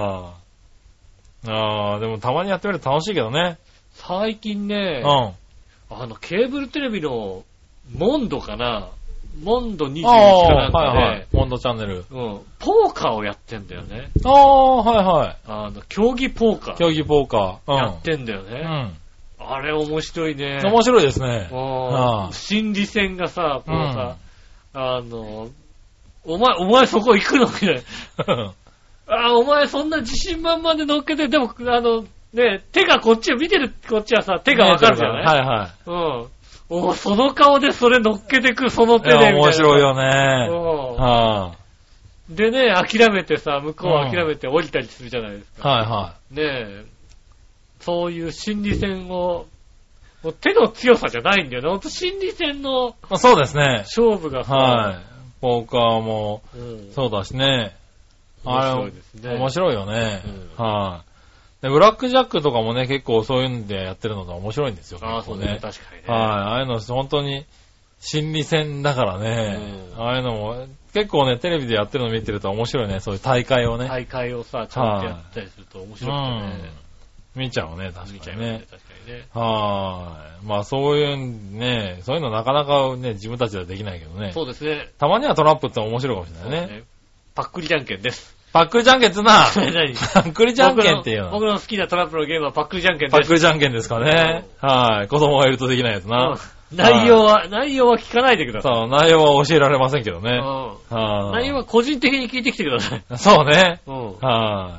でもたまにやってみると楽しいけどね。 最近ね、ケーブルテレビのモンドかな、モンド21かなんかで、 モンドチャンネル。 ポーカーをやってんだよね。競技ポーカー。 競技ポーカー。やってんだよね。 あれ面白いね。 面白いですね。 心理戦がさ、こうさ、お前そこ行くのみたいな。お前そんな自信満々で乗っけて、でも、ね、手がこっちを見てる、こっちはさ、手がわかるじゃない？ はいはい。 その顔でそれ乗っけてく、その手でみたいな。 面白いよね。 でね、諦めてさ、向こう諦めて降りたりするじゃないですか。 はいはい。 ねえ、そういう心理戦を、もう手の強さじゃないんだよね。ほんと心理戦の、 そうですね。 勝負がさ、 はい。ポーカーも、そうだしね。 面白いですね。 面白いよね。はい。で、ブラックジャックとかもね、結構そういうんでやってるのが面白いんですよ。 そうね。確かにね。 はい。ああいうの本当に心理戦だからね。ああいうのも、結構ね、テレビでやってるの見てると面白いね。そういう大会をね。 大会をさ、ちゃんとやったりすると面白いね。 見ちゃうね、確かにね。 見ちゃうね、確かにね。 まあそういうね、そういうのなかなかね、自分たちではできないけどね。 そうですね。 たまにはトラップって面白いかもしれないね。 パックリじゃんけんです。 パックリじゃんけんってな。 何パックリじゃんけんっていうの。 僕の好きなトラップのゲームはパックリじゃんけんです。 パックリじゃんけんですかね。はい。子供がいるとできないやつな。 内容は聞かないでください。 そう、内容は教えられませんけどね。 内容は個人的に聞いてきてください。 そうね。 はい。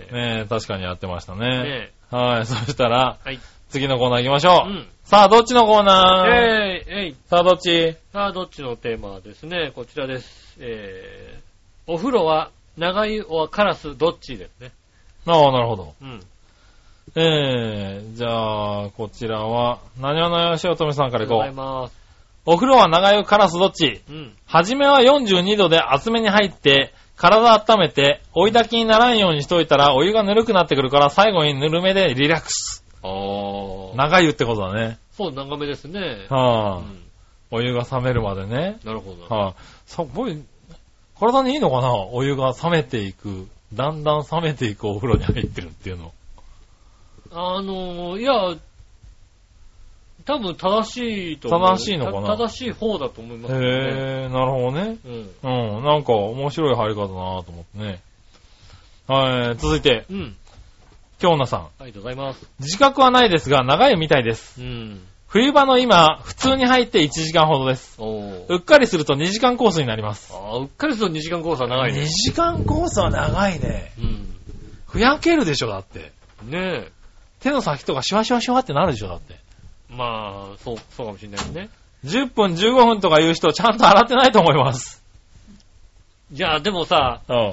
ね、確かにやってましたね。はい。そしたら、次のコーナー行きましょう。さあ、どっちのコーナー？さあ、どっち？ さあ、どっちのテーマはですね、こちらです。お風呂は長湯はカラスどっちですね。 なるほど。じゃあ、こちらは、なにわのよしおとめさんからいこう。 ありがとうございます。 お風呂は長湯カラスどっち？はじめは42度で厚めに入って、体温めて、追い焚きにならんようにしといたら、お湯がぬるくなってくるから、最後にぬるめでリラックス。長湯ってことだね。 そう、長めですね。 お湯が冷めるまでね。 なるほど。 体にいいのかな？お湯が冷めていく、だんだん冷めていくお風呂に入ってるっていうの。 いや、多分正しいと思う。 正しいのかな？ 正しい方だと思いますね。 なるほどね。なんか面白い入り方だなと思ってね。はい、続いて。京奈さん。 ありがとうございます。 自覚はないですが、長湯みたいです。冬場の今、普通に入って1時間ほどです。うっかりすると2時間コースになります。 うっかりすると2時間コースは長いね。 2時間コースは長いね。ふやけるでしょ、だって。 ねえ。 手の先とかシュワシュワシュワってなるでしょ、だって。 まあ、そうかもしれないですね。 10分15分とか言う人ちゃんと洗ってないと思います。 じゃあ、でもさ、洗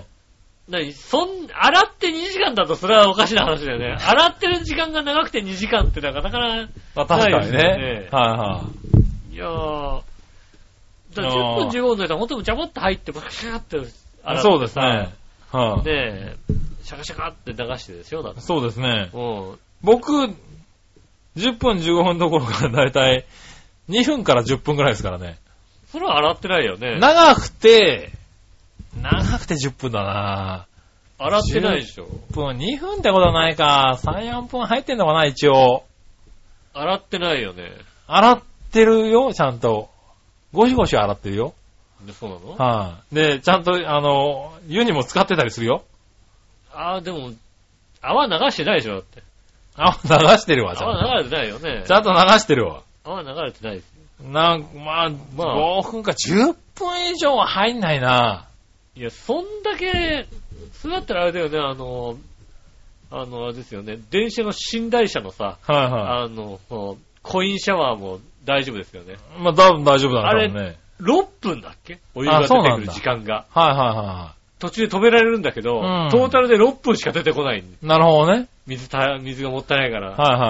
って2時間だとそれはおかしな話だよね。洗ってる時間が長くて2時間ってなかなかないですよね。 確かにね。 いやー、だから10分15分だったらほんとにジャボって入って、バシャーって洗って。 そうですね。 で、シャカシャカって流してですよ、だって。 そうですね。僕、10分15分どころかだいたい2分から10分くらいですからね。 それは洗ってないよね。 長くて10分だな。 洗ってないでしょ。 10分、2分ってことはないか。3、4分入ってんのかな、一応。 洗ってないよね。 洗ってるよ、ちゃんと。ゴシゴシ洗ってるよ。 そうなの？ で、ちゃんと、湯にも使ってたりするよ。 でも、泡流してないでしょ、だって。 泡流してるわ、ちゃんと。 泡流れてないよね。 ちゃんと流してるわ。 泡流れてないです。 まあ、5分か10分以上は入んないな。 いや、そんだけ、それだったらあれだよね、あれですよね、電車の寝台車のさ、コインシャワーも大丈夫ですよね。 まあ、多分大丈夫だね。あれ、 6分だっけ？お湯が出てくる時間が。途中で止められるんだけど、トータルで6分しか出てこない。 なるほどね。 水がもったいないから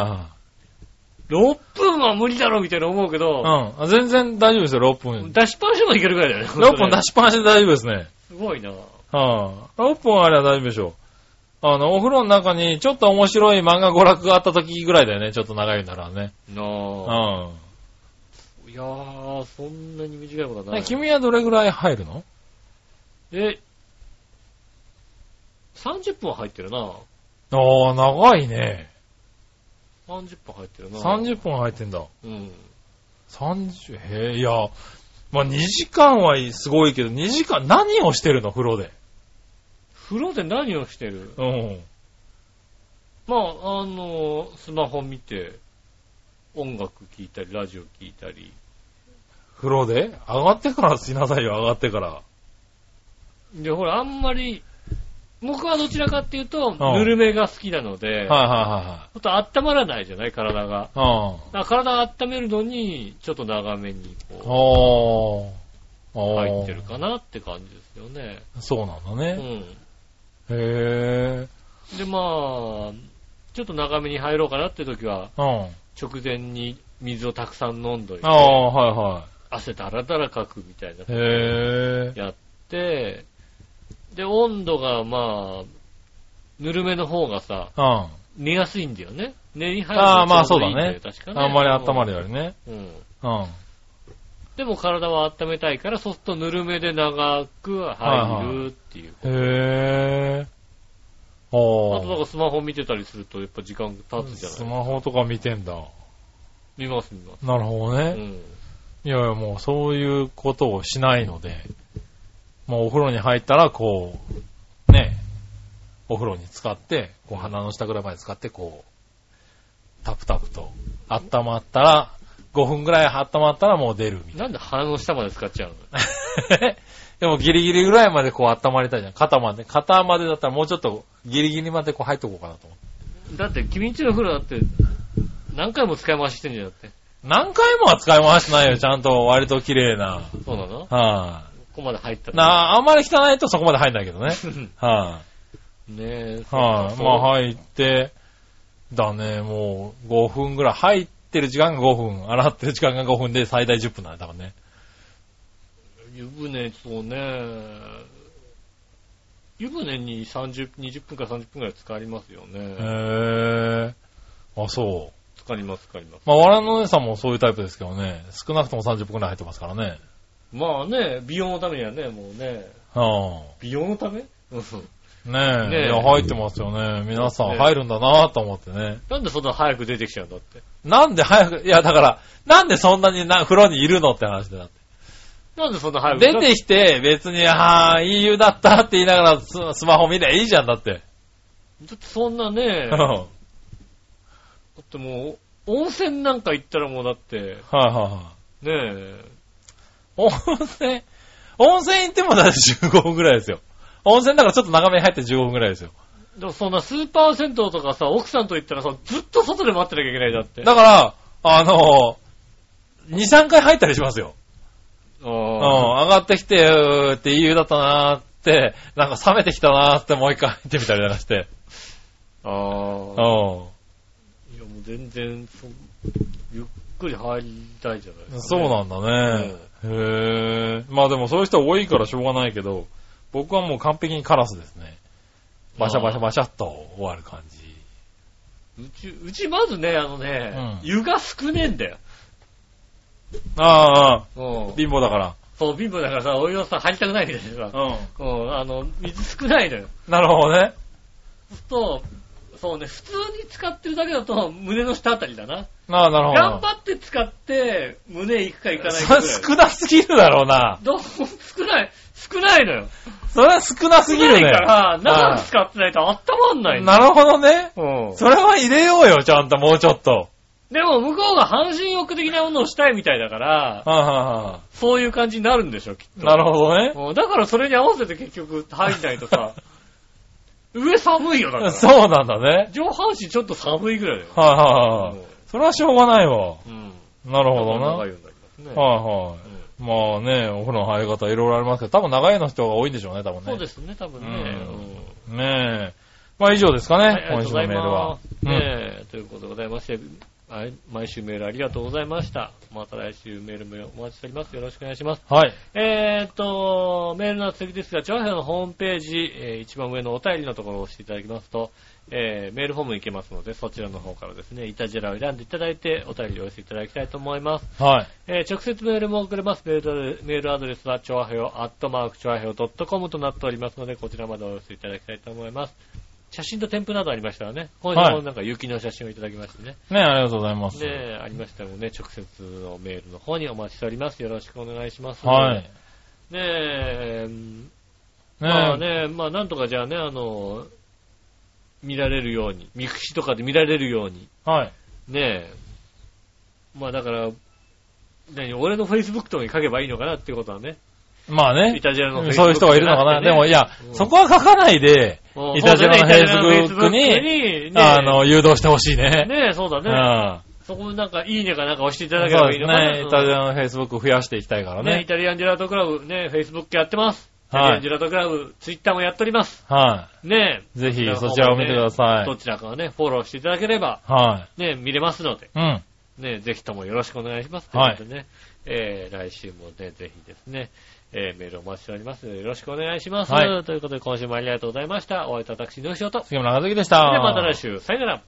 。6分は無理だろみたいな思うけど。 全然大丈夫ですよ、6分。 出しっぱなしでもいけるぐらいだよね。 6分出しっぱなしで大丈夫ですね。 すごいな。 6分あれば大丈夫でしょう。お風呂の中にちょっと面白い漫画娯楽があった時ぐらいだよね、ちょっと長いならね。 いやー、そんなに短いことはない。 君はどれぐらい入るの ？30分は入ってるな。 長いね。 30分入ってるな。 30分入ってんだ。いや、まあ、2時間はすごいけど、2時間何をしてるの、風呂で。 風呂で何をしてる？まあ、スマホ見て。 音楽聴いたり、ラジオ聴いたり。 風呂で上がってからしなさいよ、上がってから。 で、ほら、あんまり、僕はどちらかっていうと、ぬるめが好きなので、はいはいはい。 ちょっと温まらないじゃない、体が。だから体を温めるのに、ちょっと長めに、こう、入ってるかなって感じですよね。 そうなんだね。 うん。 へー。で、まあ、ちょっと長めに入ろうかなって時は、直前に水をたくさん飲んどいて、 はいはい。 汗だらだらかくみたいな。 へー。 やって、で、温度がまあ、ぬるめの方がさ、寝やすいんだよね。寝に入るのがちょうどいいんだよ、確かね。 あんまり温まるよりね。 でも体は温めたいから、そうするとぬるめで長く入るっていう。 へー。 あとなんかスマホ見てたりするとやっぱ時間経つじゃない。 スマホとか見てんだ。 見ます。 なるほどね。いやいやもうそういうことをしないので、もうお風呂に入ったらこう、ね、お風呂に浸かって、こう鼻の下ぐらいまで浸かって、こう、タプタプと温まったら、5分ぐらい温まったらもう出るみたいな。 なんで鼻の下まで使っちゃうのでもギリギリぐらいまでこう温まりたいじゃん。肩までだったらもうちょっとギリギリまでこう入っとこうかなと思って。 だって君んちの風呂だって何回も使い回ししてんじゃんだって。 何回もは使い回してないよ。ちゃんと割と綺麗な。 そうなの？ はい、 ここまで入ったら。 あんまり汚いとそこまで入んないけどね。はい、 ねえ。 はい、まあ入って、だね、もう5分ぐらい入ってる時間が5分、洗ってる時間が5分で最大10分なんだからね。 湯船、そうね。湯船に20分か30分くらい浸かりますよね。 へー。あ、そう。 浸かります。 まあ、我のお姉さんもそういうタイプですけどね。少なくとも30分くらい入ってますからね。 まあね、美容のためにはね、もうね。美容のため？ねえ。いや、入ってますよね。皆さん入るんだなと思ってね。 なんでそんな早く出てきちゃうんだって。 なんで早く、いやだから、なんでそんなに風呂にいるのって話でだって。 なんでそんな早く出てきて、別に、いい湯だったって言いながらスマホ見りゃいいじゃんだって。 だってそんなね、だってもう、温泉なんか行ったらもうだって、ねえ。 温泉行ってもだって15分くらいですよ。温泉だからちょっと長めに入って15分くらいですよ。 でもそんなスーパー銭湯とかさ、奥さんと行ったらさ、ずっと外で待ってなきゃいけないだって。 だから、2、3回入ったりしますよ。上がってきて、っていい湯だったなーって、なんか冷めてきたなーってもう一回入ってみたりなんかして。 いやもう全然、ゆっくり入りたいじゃないですか、 ね。そうなんだね。へー。まあでもそういう人多いからしょうがないけど、僕はもう完璧にカラスですね。バシャバシャバシャっと終わる感じ。 うちまずね、湯が少ねえんだよ。 貧乏だから。 そう、貧乏だからさ、お湯をさ、入りたくないみたいなさ。水少ないのよ。 なるほどね。 そうね、普通に使ってるだけだと、胸の下あたりだな。 なるほど。 頑張って使って、胸行くか行かないかぐらい。 それ少なすぎるだろうな。 少ないのよ。 それは少なすぎるね。 少ないから、長く使ってないと温まんないんだ。なるほどね。それは入れようよ、ちゃんと、もうちょっと。 でも、向こうが半身浴的なものをしたいみたいだから、そういう感じになるんでしょ、きっと。 なるほどね。 だからそれに合わせて結局入んないとさ、上寒いよ、だから。 そうなんだね。 上半身ちょっと寒いぐらいだよ。それはしょうがないわ。なるほどな。まあね、お風呂の入り方いろいろありますけど、多分長いの人が多いんでしょうね、多分ね。 そうですね、多分ね。 ねえ。まあ以上ですかね、今週のメールは。 ということでございまして、毎週メールありがとうございました。また来週メールもお待ちしております。よろしくお願いします。 はい。 メールの続きですが、チョアヘアのホームページ、一番上のお便りのところを押していただきますと、メールフォームに行けますので、そちらの方からですね、イタジェラを選んでいただいて、お便りをお寄せいただきたいと思います。 はい。 直接メールも送れます。メールアドレスは、チョアヘオ@choaheo.com となっておりますので、こちらまでお寄せいただきたいと思います。写真と添付などありましたらね、今週もなんか雪の写真をいただきましてね。 ね、ありがとうございます。 ね、ありましたのでね、直接のメールの方にお待ちしております。よろしくお願いします。 はい。 ねえ、まあね、まあなんとかじゃあね、見られるように、ミクシとかで見られるように。 はい。 ねまあだから、俺の Facebook とかに書けばいいのかなっていうことはね。 まあね。 イタジェラの Facebook そういう人がいるのかな。でもいや、そこは書かないで、イタジェラの Facebook に、誘導してほしいね。 ねえ、そうだね。そこなんか、いいねかなんか押していただければいいのかな。そうですね。 イタジェラの Facebook 増やしていきたいからね。 イタリアンジェラートクラブ、ね、Facebook やってます。イタリアンジェラートクラブ、Twitter もやっております。 はい。 ねえ。 ぜひ、そちらを見てください。 どちらかをね、フォローしていただければ、 はい。 ね、見れますので。 うん。 ね、ぜひともよろしくお願いします。 はい。 ということでね、来週もね、ぜひですね、メールお待ちしておりますので、よろしくお願いします。はい。ということで、今週もありがとうございました。お会いいた私の仕事。 杉村和樹でした。 ではまた来週、さよなら。